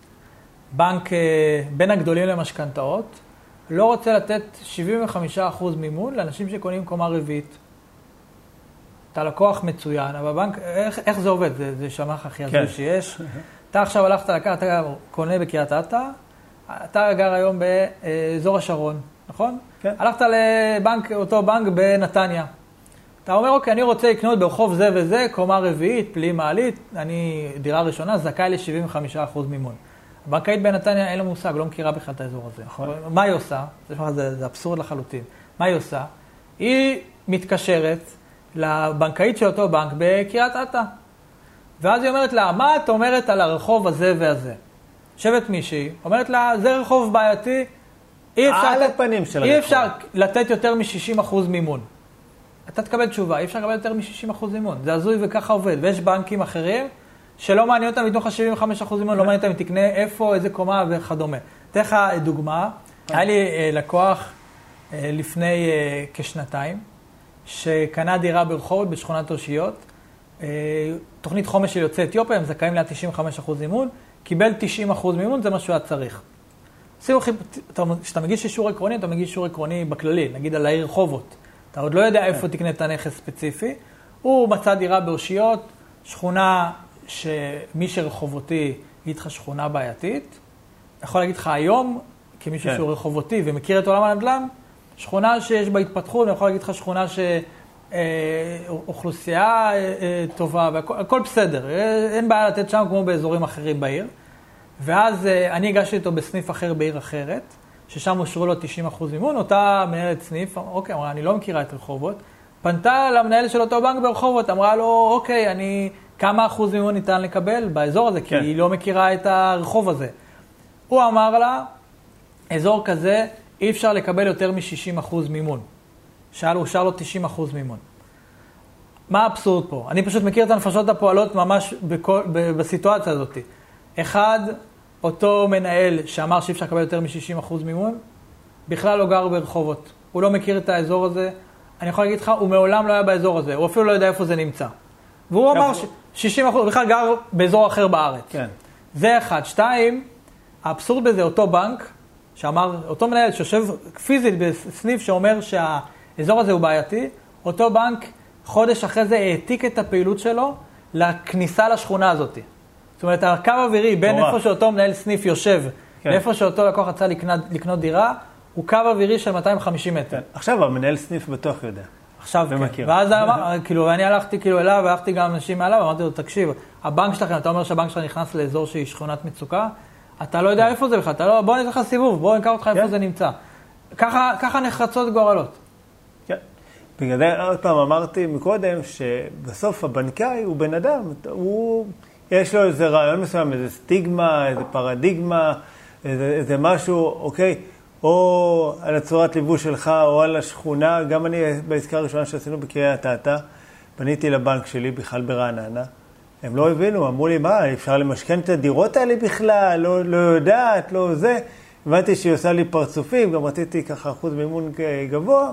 בנק בין הגדולים למשכנתאות, לא רוצה לתת שבעים וחמישה אחוז מימון לאנשים שקונים קומה רביעית. אתה לקוח מצוין, אבל בנק, איך, איך זה עובד? זה, זה שמח הכי הזוי כן. שיש. אתה עכשיו הלכת לקח, אתה קונה בקריית אתא, אתה גר היום באזור השרון, נכון? כן. הלכת לבנק, אותו בנק בנתניה. אתה אומר, אוקיי, אני רוצה לקנות ברחוב זה וזה, קומה רביעית, פלי מעלית, אני דירה ראשונה, זכאי ל-שבעים וחמישה אחוז מימון. הבנקאית בנתניה אין לו מושג, לא מכירה בכלל את האזור הזה. נכון. מה היא עושה? זה, זה אבסורד לחלוטין. מה היא עושה? היא מתקשרת לבנקאית של אותו בנק בקריית אתא. ואז היא אומרת לה, מה את אומרת על הרחוב הזה והזה? יושבת מישהי, אומרת לה, זה רחוב בעייתי, אי אפשר, על הפנים של אי הרחוב. אפשר לתת יותר מ-שישים אחוז מימון. אתה תקבל תשובה, אי אפשר לקבל יותר מ-שישים אחוז מימון. זה הזוי וככה עובד. ויש בנקים אחרים שלא מעניין אותם מתוך ה-שבעים וחמישה אחוז מימון, לא מעניין אותם אם תקנה איפה, איזה קומה וכדומה. אתן לך דוגמה, היה לי לקוח לפני כשנתיים, שקנה דירה ברחובות בשכונת אושיות, תוכנית חומש של יוצאי אתיופיה, הם זכאים ל-תשעים וחמישה אחוז מימון, קיבל תשעים אחוז מימון, זה מה שהוא היה צריך. כשאתה מגיש אישור עקרוני, אתה מגיש אישור עקרוני בכללי, נגיד על העיר רחובות. אתה עוד לא יודע איפה תקנה את הנכס ספציפי. הוא מצא דירה באושיות, שכונה שמי שרחובותי יגיד לך שכונה בעייתית. יכול להגיד לך היום, כמישהו שהוא רחובותי ומכיר את עולם הנדל"ן, שכונה שיש בה התפתחות, אני יכול להגיד לך שכונה שאוכלוסייה טובה, והכל בסדר. אין בעיה לתת שם כמו באזורים אחרים בעיר. ואז אני הגשתי אותו בסניף אחר בעיר אחרת, ששם אושרו לו תשעים אחוז מימון, אותה מנהלת סניף, אוקיי, אמרה, אני לא מכירה את רחובות, פנתה למנהל של אותו בנק ברחובות, אמרה לו, אוקיי, אני, כמה אחוז מימון ניתן לקבל באזור הזה, כן. כי היא לא מכירה את הרחוב הזה. הוא אמר לה, אזור כזה, אי אפשר לקבל יותר מ-שישים אחוז מימון. שאל, הוא שאל לו תשעים אחוז מימון. מה האבסורד פה? אני פשוט מכיר את הנפשות הפועלות ממש בכל, בסיטואציה הזאת. אחד, אותו מנהל שאמר שאי אפשר לקבל יותר מ-שישים אחוז מימון, בכלל לא גר ברחובות. הוא לא מכיר את האזור הזה. אני יכול להגיד לך, הוא מעולם לא היה באזור הזה. הוא אפילו לא יודע איפה זה נמצא. והוא אמר ש-שישים אחוז, הוא בכלל גר באזור אחר בארץ. כן. זה אחד. שתיים, האבסורד בזה, אותו בנק, שאמר, אותו מנהל שיושב פיזית בסניף שאומר שהאזור הזה הוא בעייתי, אותו בנק חודש אחרי זה העתיק את הפעילות שלו לכניסה לשכונה הזאת. זאת אומרת, הקו האווירי בין נורא. איפה שאותו מנהל סניף יושב, כן. לאיפה שאותו לקוח רצה לקנות, לקנות דירה, הוא קו אווירי של מאתיים וחמישים מטר. כן. עכשיו המנהל סניף בטוח יודע. עכשיו ומכיר. כן. ואז אמר, כאילו, אני הלכתי כאילו אליו, והלכתי גם אנשים מעליו, ואמרתי לו, תקשיב, הבנק שלכם, אתה אומר שהבנק שלך נכנס לאזור שהיא שכונת מצוקה, אתה לא יודע איפה זה בכלל, אתה לא, בוא נלך לך סיבוב, בוא נקרא אותך איפה זה נמצא. ככה, ככה נחרצות גורלות. כן. בגלל זה עוד פעם אמרתי מקודם, שבסוף הבנקאי הוא בן אדם, הוא, יש לו איזה רעיון מסוים, איזה סטיגמה, איזה פרדיגמה, איזה, איזה משהו, אוקיי, או על הצורת ליווי שלך, או על השכונה. גם אני, בעסקה הראשונה שעשינו בקריית אתא, פניתי לבנק שלי, בכלל ברעננה. הם לא הבינו, אמרו לי, מה, אפשר למשכן את הדירות האלה בכלל? לא, לא יודעת, לא זה. הבנתי שהיא עושה לי פרצופים, גם רציתי ככה אחוז מימון גבוה.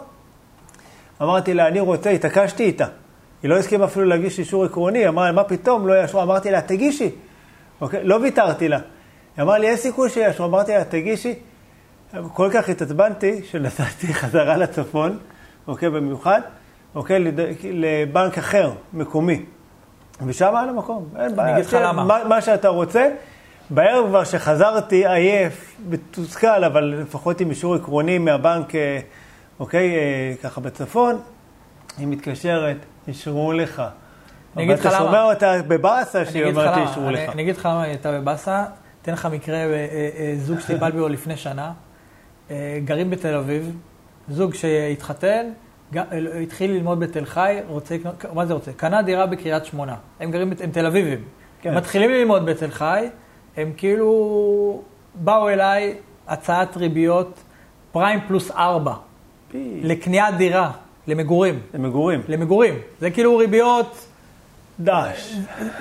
אמרתי לה, אני רוצה, התעקשתי איתה. היא לא הסכימה אפילו להגיש אישור עקרוני, אמרה, מה פתאום, לא ישרו, אמרתי לה, תגישי. אוקיי? לא ויתרתי לה. היא אמרה לי, יש סיכוי שישרו, אמרתי לה, תגישי. כל כך התעצבנתי שנסעתי חזרה לצפון, אוקיי, במיוחד, אוקיי, לבנק אחר, מקומי. ושם על המקום. אין בעיה. אני אגיד לך למה. מה, מה שאתה רוצה. בערב כבר שחזרתי עייף, בתוסכל, אבל לפחות עם אישור עקרוני מהבנק, אוקיי, ככה בצפון, היא מתקשרת, אישרו לך. אני אגיד לך למה. אתה שומע אותה בבאסה שהיא אומרת אישרו לך. אני אגיד לך למה היא הייתה בבאסה. תן לך מקרה, זוג שטיפל בו לפני שנה, גרים בתל אביב, זוג שהתחתן, התחיל ללמוד בתל חי, רוצה, מה זה רוצה? קנה דירה בקריית שמונה. הם גרים, הם תל אביבים. כן. מתחילים ללמוד בתל חי, הם כאילו באו אליי הצעת ריביות פריים פלוס ארבע, פי. לקניית דירה, למגורים. למגורים. למגורים. זה כאילו ריביות... דש.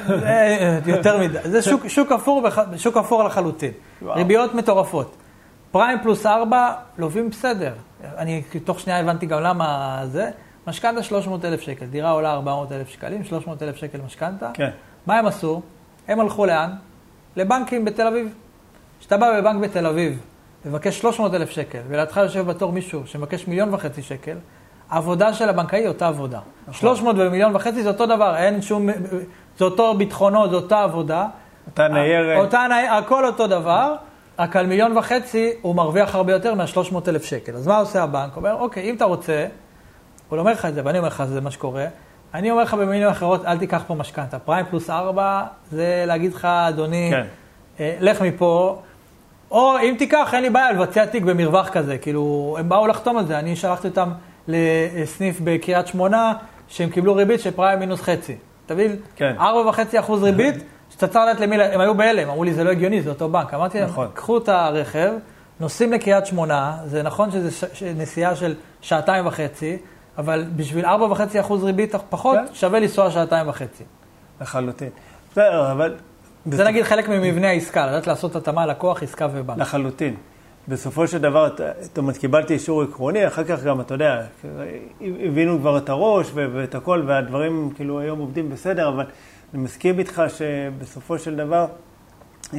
זה יותר מדי. זה שוק, שוק אפור, שוק אפור לחלוטין. וואו. ריביות מטורפות. פריים פלוס ארבע, לובים בסדר. אני תוך שנייה הבנתי גם למה זה. משכנתה שלוש מאות אלף שקל. דירה עולה ארבע מאות אלף שקלים, שלוש מאות אלף שקל משכנתה. כן. מה הם עשו? הם הלכו לאן? לבנקים בתל אביב. כשאתה בא בבנק בתל אביב, מבקש שלוש מאות אלף שקל, ולעתך יושב בתור מישהו שמבקש מיליון וחצי שקל, העבודה של הבנקאי היא אותה עבודה. נכון. שלוש מאות ומיליון וחצי זה אותו דבר, אין שום, זה אותו ביטחונות, זה אותה עבודה. אותה ניירת. אותה ניירת, הכל אותו דבר, רק על מיליון וחצי הוא מרוויח הרבה יותר מה-שלוש מאות אלף שקל. אז מה עושה הבנק? הוא אומר, אוקיי, אם אתה רוצה, הוא אומר לך את זה, ואני אומר לך, זה מה שקורה, אני אומר לך במילים אחרות, אל תיקח פה משכנתה. פריים פלוס ארבע, זה להגיד לך, אדוני, כן. אה, לך מפה, או אם תיקח, אין לי בעיה, לבצע תיק במרווח כזה. כאילו, הם באו לחתום על זה, אני שלחתי אותם לסניף בקריית שמונה, שהם קיבלו ריבית של פריים מינוס חצי. תבין? כן. ארבע וחצי אחוז ריבית, שאתה צריך לדעת למי, הם היו בהלם, אמרו לי, זה לא הגיוני, זה אותו בנק. אמרתי להם, נכון. קחו את הרכב, נוסעים לקריית שמונה, זה נכון שזה ש... נסיעה של שעתיים וחצי, אבל בשביל ארבע וחצי אחוז ריבית פחות, כן. שווה לנסוע שעתיים וחצי. לחלוטין. בסדר, אבל... זה נגיד חלק ממבנה העסקה, לדעת לעשות התאמה לקוח, עסקה ובנק. לחלוטין. בסופו של דבר, זאת אומרת, קיבלתי אישור עקרוני, אחר כך גם, אתה יודע, הבינו כבר את הראש ואת הכל, והדברים כאילו היום עובדים בסדר, אבל אני מסכים איתך שבסופו של דבר, אה,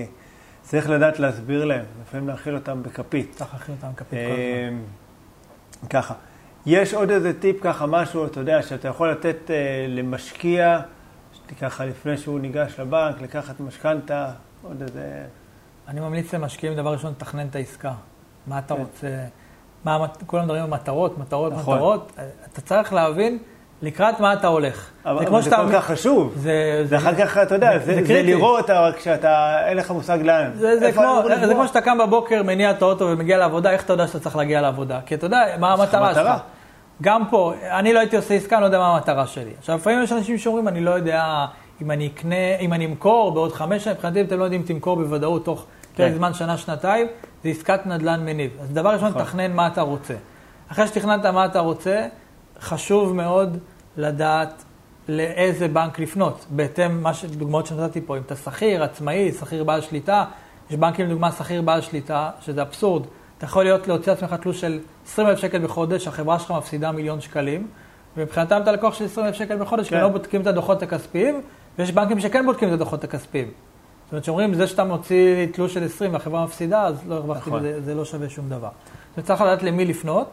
צריך לדעת להסביר להם, לפעמים להכיל אותם בכפית. צריך להכיל אותם בכפית אה, כל הזמן. ככה. יש עוד איזה טיפ ככה, משהו, אתה יודע, שאתה יכול לתת אה, למשקיע, ככה לפני שהוא ניגש לבנק, לקחת משכנתה, עוד איזה... אני ממליץ למשקיעים דבר ראשון, תכנן את העסקה. מה אתה רוצה? מה, כולם מדברים על מטרות, מטרות, נכון. מטרות. אתה צריך להבין לקראת מה אתה הולך. אבל זה, זה כל כך חשוב. זה, זה אחר כך, אתה יודע, זה, זה, זה, זה לראות כשאתה, אין לך מושג לאן. זה, זה, כמו, זה, זה כמו שאתה קם בבוקר, מניע את האוטו ומגיע לעבודה, איך אתה יודע שאתה צריך להגיע לעבודה? כי אתה יודע, מה המטרה שלך? גם פה, אני לא הייתי עושה עסקה, אני לא יודע מה המטרה שלי. עכשיו, לפעמים יש אנשים שאומרים, אני לא יודע אם אני אקנה, אם אני אמכור בעוד חמש שנים, מבחינתי אתם לא יודעים אם תמכור בוודאות תוך פרק זמן שנה, שנתיים, זה עסקת נדל"ן מניב. אז דבר ראשון, תכנן מה אתה רוצה. אחרי שתכננת מה אתה רוצה, חשוב מאוד לדעת לאיזה בנק לפנות. בהתאם, דוגמאות שנתתי פה, אם אתה שכיר, עצמאי, שכיר בעל שליטה, יש בנקים לדוגמה שכיר בעל שליטה, שזה אבסורד. אתה יכול להיות להוציא עצמך תלוש של עשרים אלף שקל בחודש, החברה שלך מפסידה מיליון שקלים, ומבחינתם אתה לקוח של עשרים אלף שקל בחודש, כי לא בודקים את הדוחות הכספיים, ויש בנקים שכן בודקים את הדוחות הכספיים. זאת אומרת שאומרים, זה שאתה מוציא תלוש של עשרים והחברה מפסידה, אז לא הרווחתי, זה, זה לא שווה שום דבר. אתה צריך לדעת למי לפנות,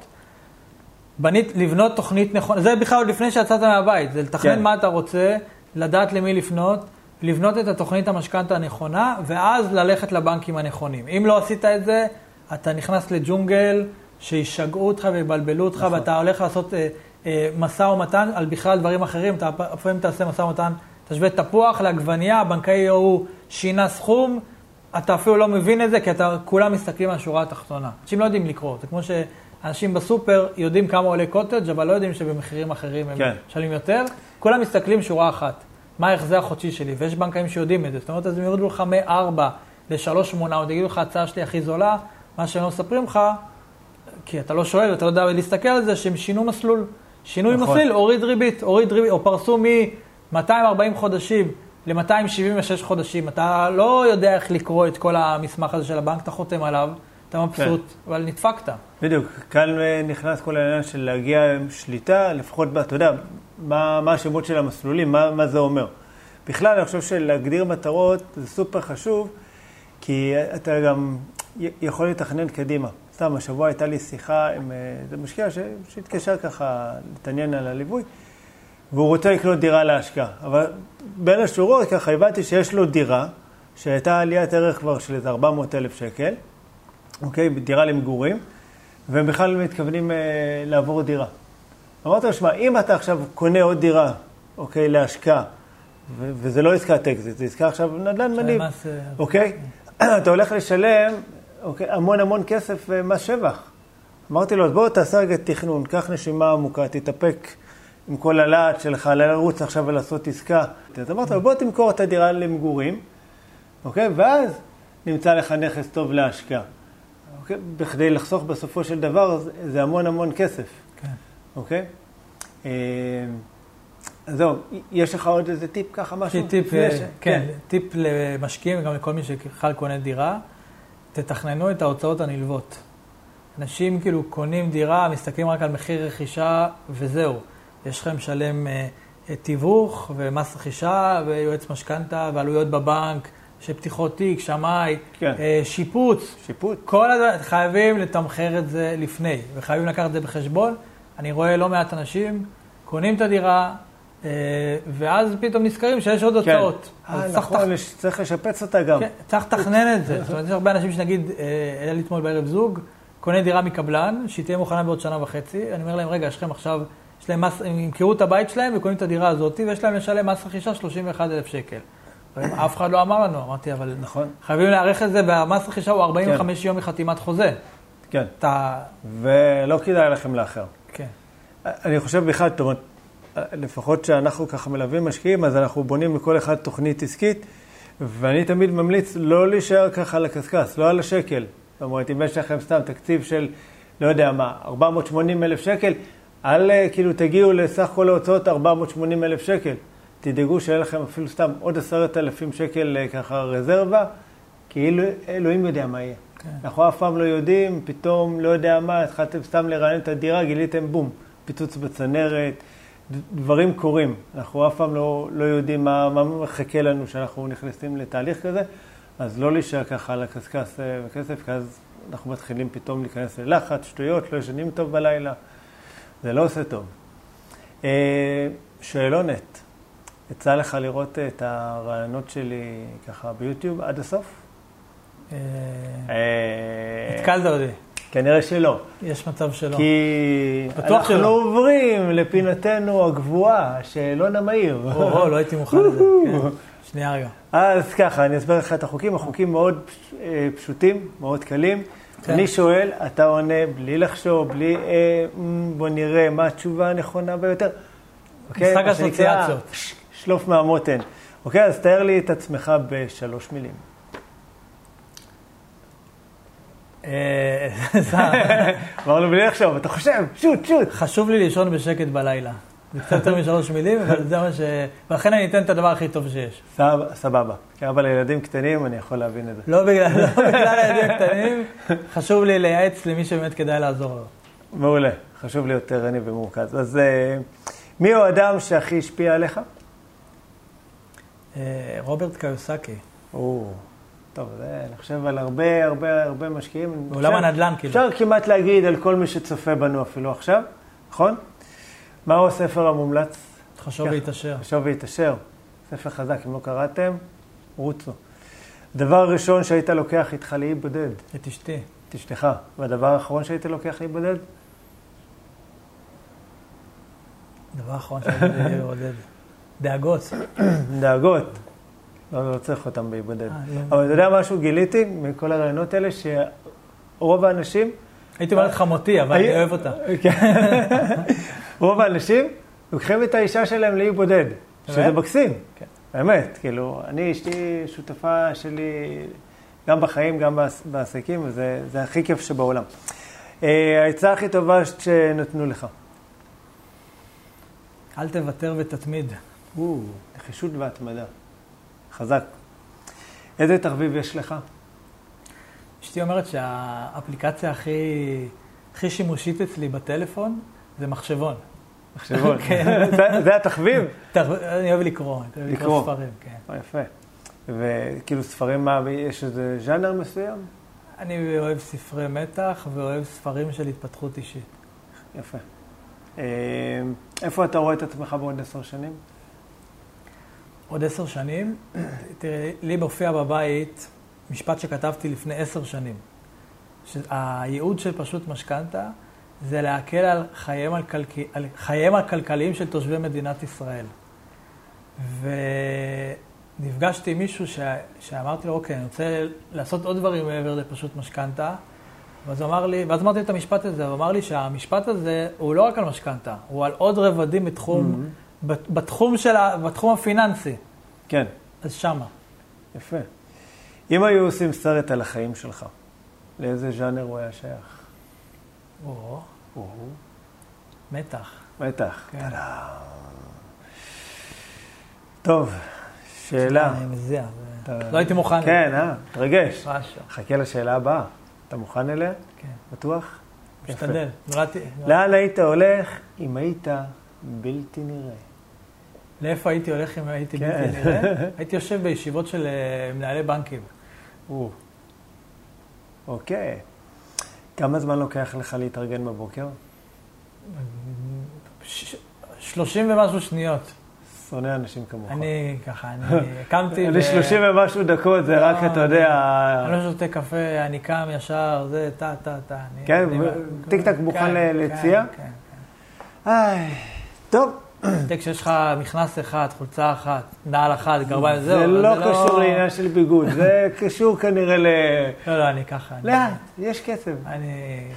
בנית, לבנות תוכנית נכונה, זה בכלל עוד לפני שיצאת מהבית, זה לתכנן כן. מה אתה רוצה, לדעת למי לפנות, לבנות את התוכנית המשכנתא הנכונה, ואז ללכת לבנקים הנכונים. אם לא עשית את זה, אתה נכנס לג'ונגל שישגעו אותך ויבלבלו אותך, נכון. ואתה הולך לעשות אה, אה, מסע ומתן על בכלל דברים אחרים, אתה לפעמים תעשה מסע ומתן, תשווה תפוח לעגבנייה, הבנקאי הוא שינה סכום, אתה אפילו לא מבין את זה, כי אתה כולם מסתכלים על השורה התחתונה. אנשים לא יודעים לקרוא, זה כמו שאנשים בסופר יודעים כמה עולה קוטג', אבל לא יודעים שבמחירים אחרים הם כן. משלמים יותר, כולם מסתכלים שורה אחת, מה ההחזר החודשי שלי, ויש בנקאים שיודעים את זה, זאת אומרת, אז הם יורדו לך מ-ארבע ל-שלוש שמונה, עוד יגידו לך, הצעה שלי הכי זולה, מה שהם לא מספרים לך, כי אתה לא שואל, אתה לא יודע להסתכל על זה, שהם שינו מסלול, שינוי נכון. מסלול, הוריד ריבית, הוריד ריבית, או פרסו מ-מאתיים וארבעים חודשים ל-מאתיים שבעים ושש חודשים, אתה לא יודע איך לקרוא את כל המסמך הזה של הבנק, אתה חותם עליו, אתה מבסוט, כן. אבל נדפקת. בדיוק, כאן נכנס כל העניין של להגיע עם שליטה, לפחות, אתה יודע, מה, מה השמות של המסלולים, מה, מה זה אומר. בכלל, אני חושב שלהגדיר מטרות זה סופר חשוב, כי אתה גם יכול לתכנן קדימה. סתם, השבוע הייתה לי שיחה עם זה משקיע שהתקשר ככה לתעניין על הליווי, והוא רוצה לקנות דירה להשקעה. אבל בין השורות ככה הבנתי שיש לו דירה, שהייתה עליית ערך כבר של איזה ארבע מאות אלף שקל, אוקיי, דירה למגורים, והם בכלל מתכוונים אה, לעבור דירה. אמרתי לו, שמע, אם אתה עכשיו קונה עוד דירה, אוקיי, להשקעה, ו- וזה לא עסקת אקזיט, זה עסקה עכשיו נדל"ן מניב, אוקיי? אתה הולך לשלם, אוקיי, המון המון כסף מס שבח. אמרתי לו, אז בואו תעשה רגע תכנון, קח נשימה עמוקה, תתאפק עם כל הלהט שלך, לרוץ עכשיו ולעשות עסקה. אז אמרתי לו, בוא תמכור את הדירה למגורים, אוקיי? ואז נמצא לך נכס טוב להשקעה. אוקיי? בכדי לחסוך בסופו של דבר, זה המון המון כסף. כן. אוקיי? אז זהו, יש לך עוד איזה טיפ ככה משהו? טיפ, כן, טיפ למשקיעים, גם לכל מי שחל קונה דירה, תתכננו את ההוצאות הנלוות. אנשים כאילו קונים דירה, מסתכלים רק על מחיר רכישה וזהו. יש לכם שלם תיווך ומס רכישה ויועץ משכנתא ועלויות בבנק, שפתיחות תיק, שמאי, כן. שיפוץ. שיפוץ. כל הדברים, חייבים לתמחר את זה לפני, וחייבים לקחת את זה בחשבון. אני רואה לא מעט אנשים, קונים את הדירה, ואז פתאום נזכרים שיש עוד הוצאות. אה, נכון, צריך לשפץ אותה גם. צריך לתכנן את זה. זאת אומרת, יש הרבה אנשים שנגיד, היה לי אתמול בערב זוג, קונה דירה מקבלן, שהיא תהיה מוכנה בעוד שנה וחצי. אני אומר להם, רגע, יש לכם עכשיו, יש להם מס, הם ימכרו את הבית שלהם וקונים את הדירה הזאת, ויש להם לשלם מס רכישה שלושים ואחד אלף שקל. אף אחד לא אמר לנו, אמרתי, אבל חייבים להעריך את זה, והמס רכישה הוא ארבעים וחמישה יום מחתימת חוזה. כן, ולא כדאי לכם לאחר. כן. אני חושב בכלל, זאת אומרת, לפחות שאנחנו ככה מלווים משקיעים, אז אנחנו בונים לכל אחד תוכנית עסקית, ואני תמיד ממליץ לא להישאר ככה על הקסקס, לא על השקל. זאת אומרת, אם יש לכם סתם תקציב של, לא יודע מה, ארבע מאות ושמונים אלף שקל, אל כאילו תגיעו לסך כל ההוצאות ארבע מאות ושמונים אלף שקל. תדאגו שיהיה לכם אפילו סתם עוד עשרת אלפים שקל ככה רזרבה, כי אלוהים יודע מה יהיה. כן. אנחנו אף פעם לא יודעים, פתאום לא יודע מה, התחלתם סתם לרענן את הדירה, גיליתם בום, פיצוץ בצנרת, דברים קורים. אנחנו אף פעם לא, לא יודעים מה, מה מחכה לנו שאנחנו נכנסים לתהליך כזה, אז לא להישאר ככה על הקסקס וכסף, כי אז אנחנו מתחילים פתאום להיכנס ללחץ, שטויות, לא ישנים טוב בלילה. זה לא עושה טוב. שאלונת, יצא לך לראות את הרעיונות שלי ככה ביוטיוב עד הסוף? התקלת אותי. כנראה שלא. יש מצב שלא. כי אנחנו עוברים לפינתנו הגבוהה, שאלון המהיר. או, לא הייתי מוכן לזה. שנייה רגע. אז ככה, אני אסבר לך את החוקים. החוקים מאוד פשוטים, מאוד קלים. כן. אני שואל, אתה עונה בלי לחשוב, בלי, אה, בוא נראה מה התשובה הנכונה ביותר. משחק אסוציאציות. שלוף מהמותן. אוקיי, אז תאר לי את עצמך בשלוש מילים. אמרנו בלי לחשוב, אתה חושב, שוט, שוט. חשוב לי לישון בשקט בלילה. זה קצת יותר משלוש מילים, אבל זה מה ש... ולכן אני אתן את הדבר הכי טוב שיש. סבבה. כאבא לילדים קטנים, אני יכול להבין את זה. לא בגלל הילדים הקטנים, חשוב לי לייעץ למי שבאמת כדאי לעזור לו. מעולה. חשוב לי יותר עני ומורכז. אז מי הוא האדם שהכי השפיע עליך? רוברט קיוסקי. או, טוב, אני חושב על הרבה, הרבה, הרבה משקיעים. בעולם הנדל"ן, כאילו. אפשר כמעט להגיד על כל מי שצופה בנו אפילו עכשיו, נכון? מהו הספר המומלץ? חשוב והתעשר. חשוב והתעשר. ספר חזק, אם לא קראתם, רוצו. הדבר הראשון שהיית לוקח איתך לאי בודד? את אשתי. את אשתך. והדבר האחרון שהיית לוקח לאי בודד? הדבר האחרון שהיית לאי בודד. דאגות. דאגות. לא, לא צריך אותם באי בודד. אבל אתה יודע משהו גיליתי מכל הרעיונות האלה, שרוב האנשים... הייתי אומרת חמותי, אבל אני אוהב אותה. רוב האנשים לוקחים את האישה שלהם לאי בודד, שזה מקסים. באמת, כאילו, אני, אשתי שותפה שלי גם בחיים, גם בעסקים, וזה הכי כיף שבעולם. העצה הכי טובה שנתנו לך. אל תוותר ותתמיד. או, נחישות והתמדה. חזק. איזה תחביב יש לך? אשתי אומרת שהאפליקציה הכי, הכי שימושית אצלי בטלפון זה מחשבון. מחשבון. זה התחביב? אני אוהב לקרוא. לקרוא ספרים, כן. יפה. וכאילו ספרים, מה, יש איזה ז'אנר מסוים? אני אוהב ספרי מתח ואוהב ספרים של התפתחות אישית. יפה. איפה אתה רואה את עצמך בעוד עשר שנים? עוד עשר שנים? תראה, לי מופיע בבית משפט שכתבתי לפני עשר שנים. שהייעוד של פשוט משכנתה זה להקל על חייהם, על כלכ... על חייהם הכלכליים של תושבי מדינת ישראל. ונפגשתי עם מישהו ש... שאמרתי לו, אוקיי, אני רוצה לעשות עוד דברים מעבר לפשוט משכנתה. ואז אמר לי, ואז אמרתי את המשפט הזה, הוא אמר לי שהמשפט הזה הוא לא רק על משכנתה, הוא על עוד רבדים בתחום, mm-hmm. בתחום, של ה... בתחום הפיננסי. כן. אז שמה. יפה. אם היו עושים סרט על החיים שלך, לאיזה ז'אנר הוא היה שייך? או, או. מתח. מתח. כן. תודה. טוב, שאלה. אני מזיע. לא הייתי מוכן. כן, אה? תרגש. משהו. חכה לשאלה הבאה. אתה מוכן אליה? כן. בטוח? משתדל. נולדתי. לאן היית הולך אם היית בלתי נראה? לאיפה הייתי הולך אם הייתי בלתי נראה? הייתי יושב בישיבות של מנהלי בנקים. אוקיי. כמה זמן לוקח לך להתארגן בבוקר? שלושים ומשהו שניות. שונא אנשים כמוך. אני ככה, אני קמתי... אני שלושים ומשהו דקות, זה רק, אתה יודע... אני לא שותה קפה, אני קם ישר, זה, טה, טה, טה. כן, טיק-טק מוכן ליציאה? כן, כן. איי, טוב. תק שיש לך מכנס אחד, חולצה אחת, נעל אחת, גרביים, זהו. זה לא קשור לעניין של ביגוד, זה קשור כנראה ל... לא, לא, אני ככה. לאט, יש כסף. אני...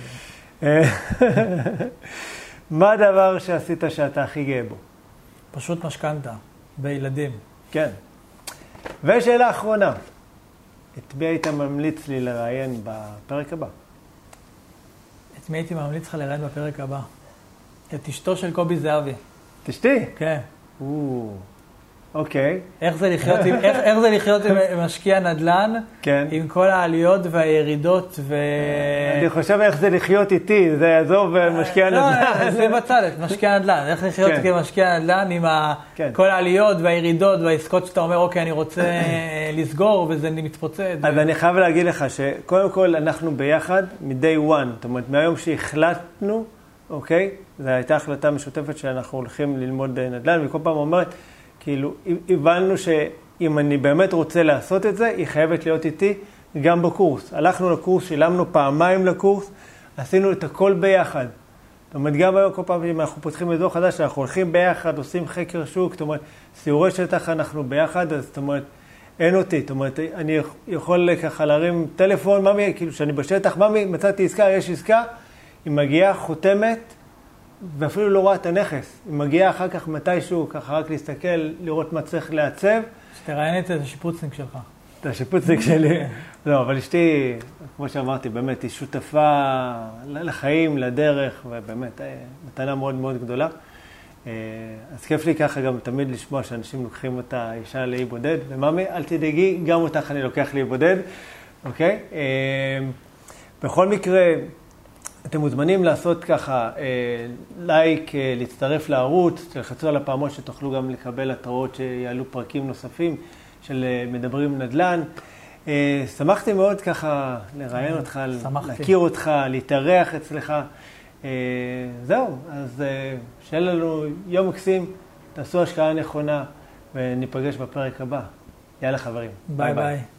מה הדבר שעשית שאתה הכי גאה בו? פשוט משכנתה, בילדים. כן. ושאלה אחרונה, את מי היית ממליץ לי לראיין בפרק הבא? את מי הייתי ממליץ לך לראיין בפרק הבא? את אשתו של קובי זהבי. את אשתי? כן. אוקיי. איך זה לחיות עם, איך, איך זה לחיות עם משקיע נדל"ן, כן. עם כל העליות והירידות ו... אני חושב איך זה לחיות איתי, זה יעזוב משקיע נדל"ן. לא, זה בצד, את משקיע נדל"ן. איך לחיות כן. כמשקיע נדל"ן עם ה... כן. כל העליות והירידות והעסקות שאתה אומר, אוקיי, אני רוצה לסגור וזה מתפוצץ. אז ו... אני חייב להגיד לך שקודם כל אנחנו ביחד מ-day one, זאת אומרת, מהיום שהחלטנו, אוקיי? זו הייתה החלטה משותפת שאנחנו הולכים ללמוד נדל"ן, וכל פעם אומרת, כאילו, הבנו שאם אני באמת רוצה לעשות את זה, היא חייבת להיות איתי גם בקורס. הלכנו לקורס, שילמנו פעמיים לקורס, עשינו את הכל ביחד. זאת אומרת, גם היום כל פעם אם אנחנו פותחים אזור חדש, אנחנו הולכים ביחד, עושים חקר שוק, זאת אומרת, סיורי שטח אנחנו ביחד, אז זאת אומרת, אין אותי. זאת אומרת, אני יכול ככה להרים טלפון, ממי, כאילו שאני בשטח, ממי, מצאתי עסקה, יש עסקה, היא מגיעה, חותמת, ואפילו לא רואה את הנכס. היא מגיעה אחר כך מתישהו, ככה רק להסתכל, לראות מה צריך לעצב. שתראיין את השיפוצניק שלך. את השיפוצניק שלי. לא, אבל אשתי, כמו שאמרתי, באמת, היא שותפה לחיים, לדרך, ובאמת, מתנה מאוד מאוד גדולה. אז כיף לי ככה גם תמיד לשמוע שאנשים לוקחים את האישה לאי בודד, וממי, אל תדאגי, גם אותך אני לוקח לאי בודד, אוקיי? בכל מקרה, אתם מוזמנים לעשות ככה לייק, להצטרף לערוץ, תלחצו על הפעמון שתוכלו גם לקבל התראות שיעלו פרקים נוספים של מדברים נדל"ן. שמחתי מאוד ככה לראיין אותך, להכיר אותך, להתארח אצלך. זהו, אז שיהיה לנו יום מקסים, תעשו השקעה נכונה וניפגש בפרק הבא. יאללה חברים. ביי ביי.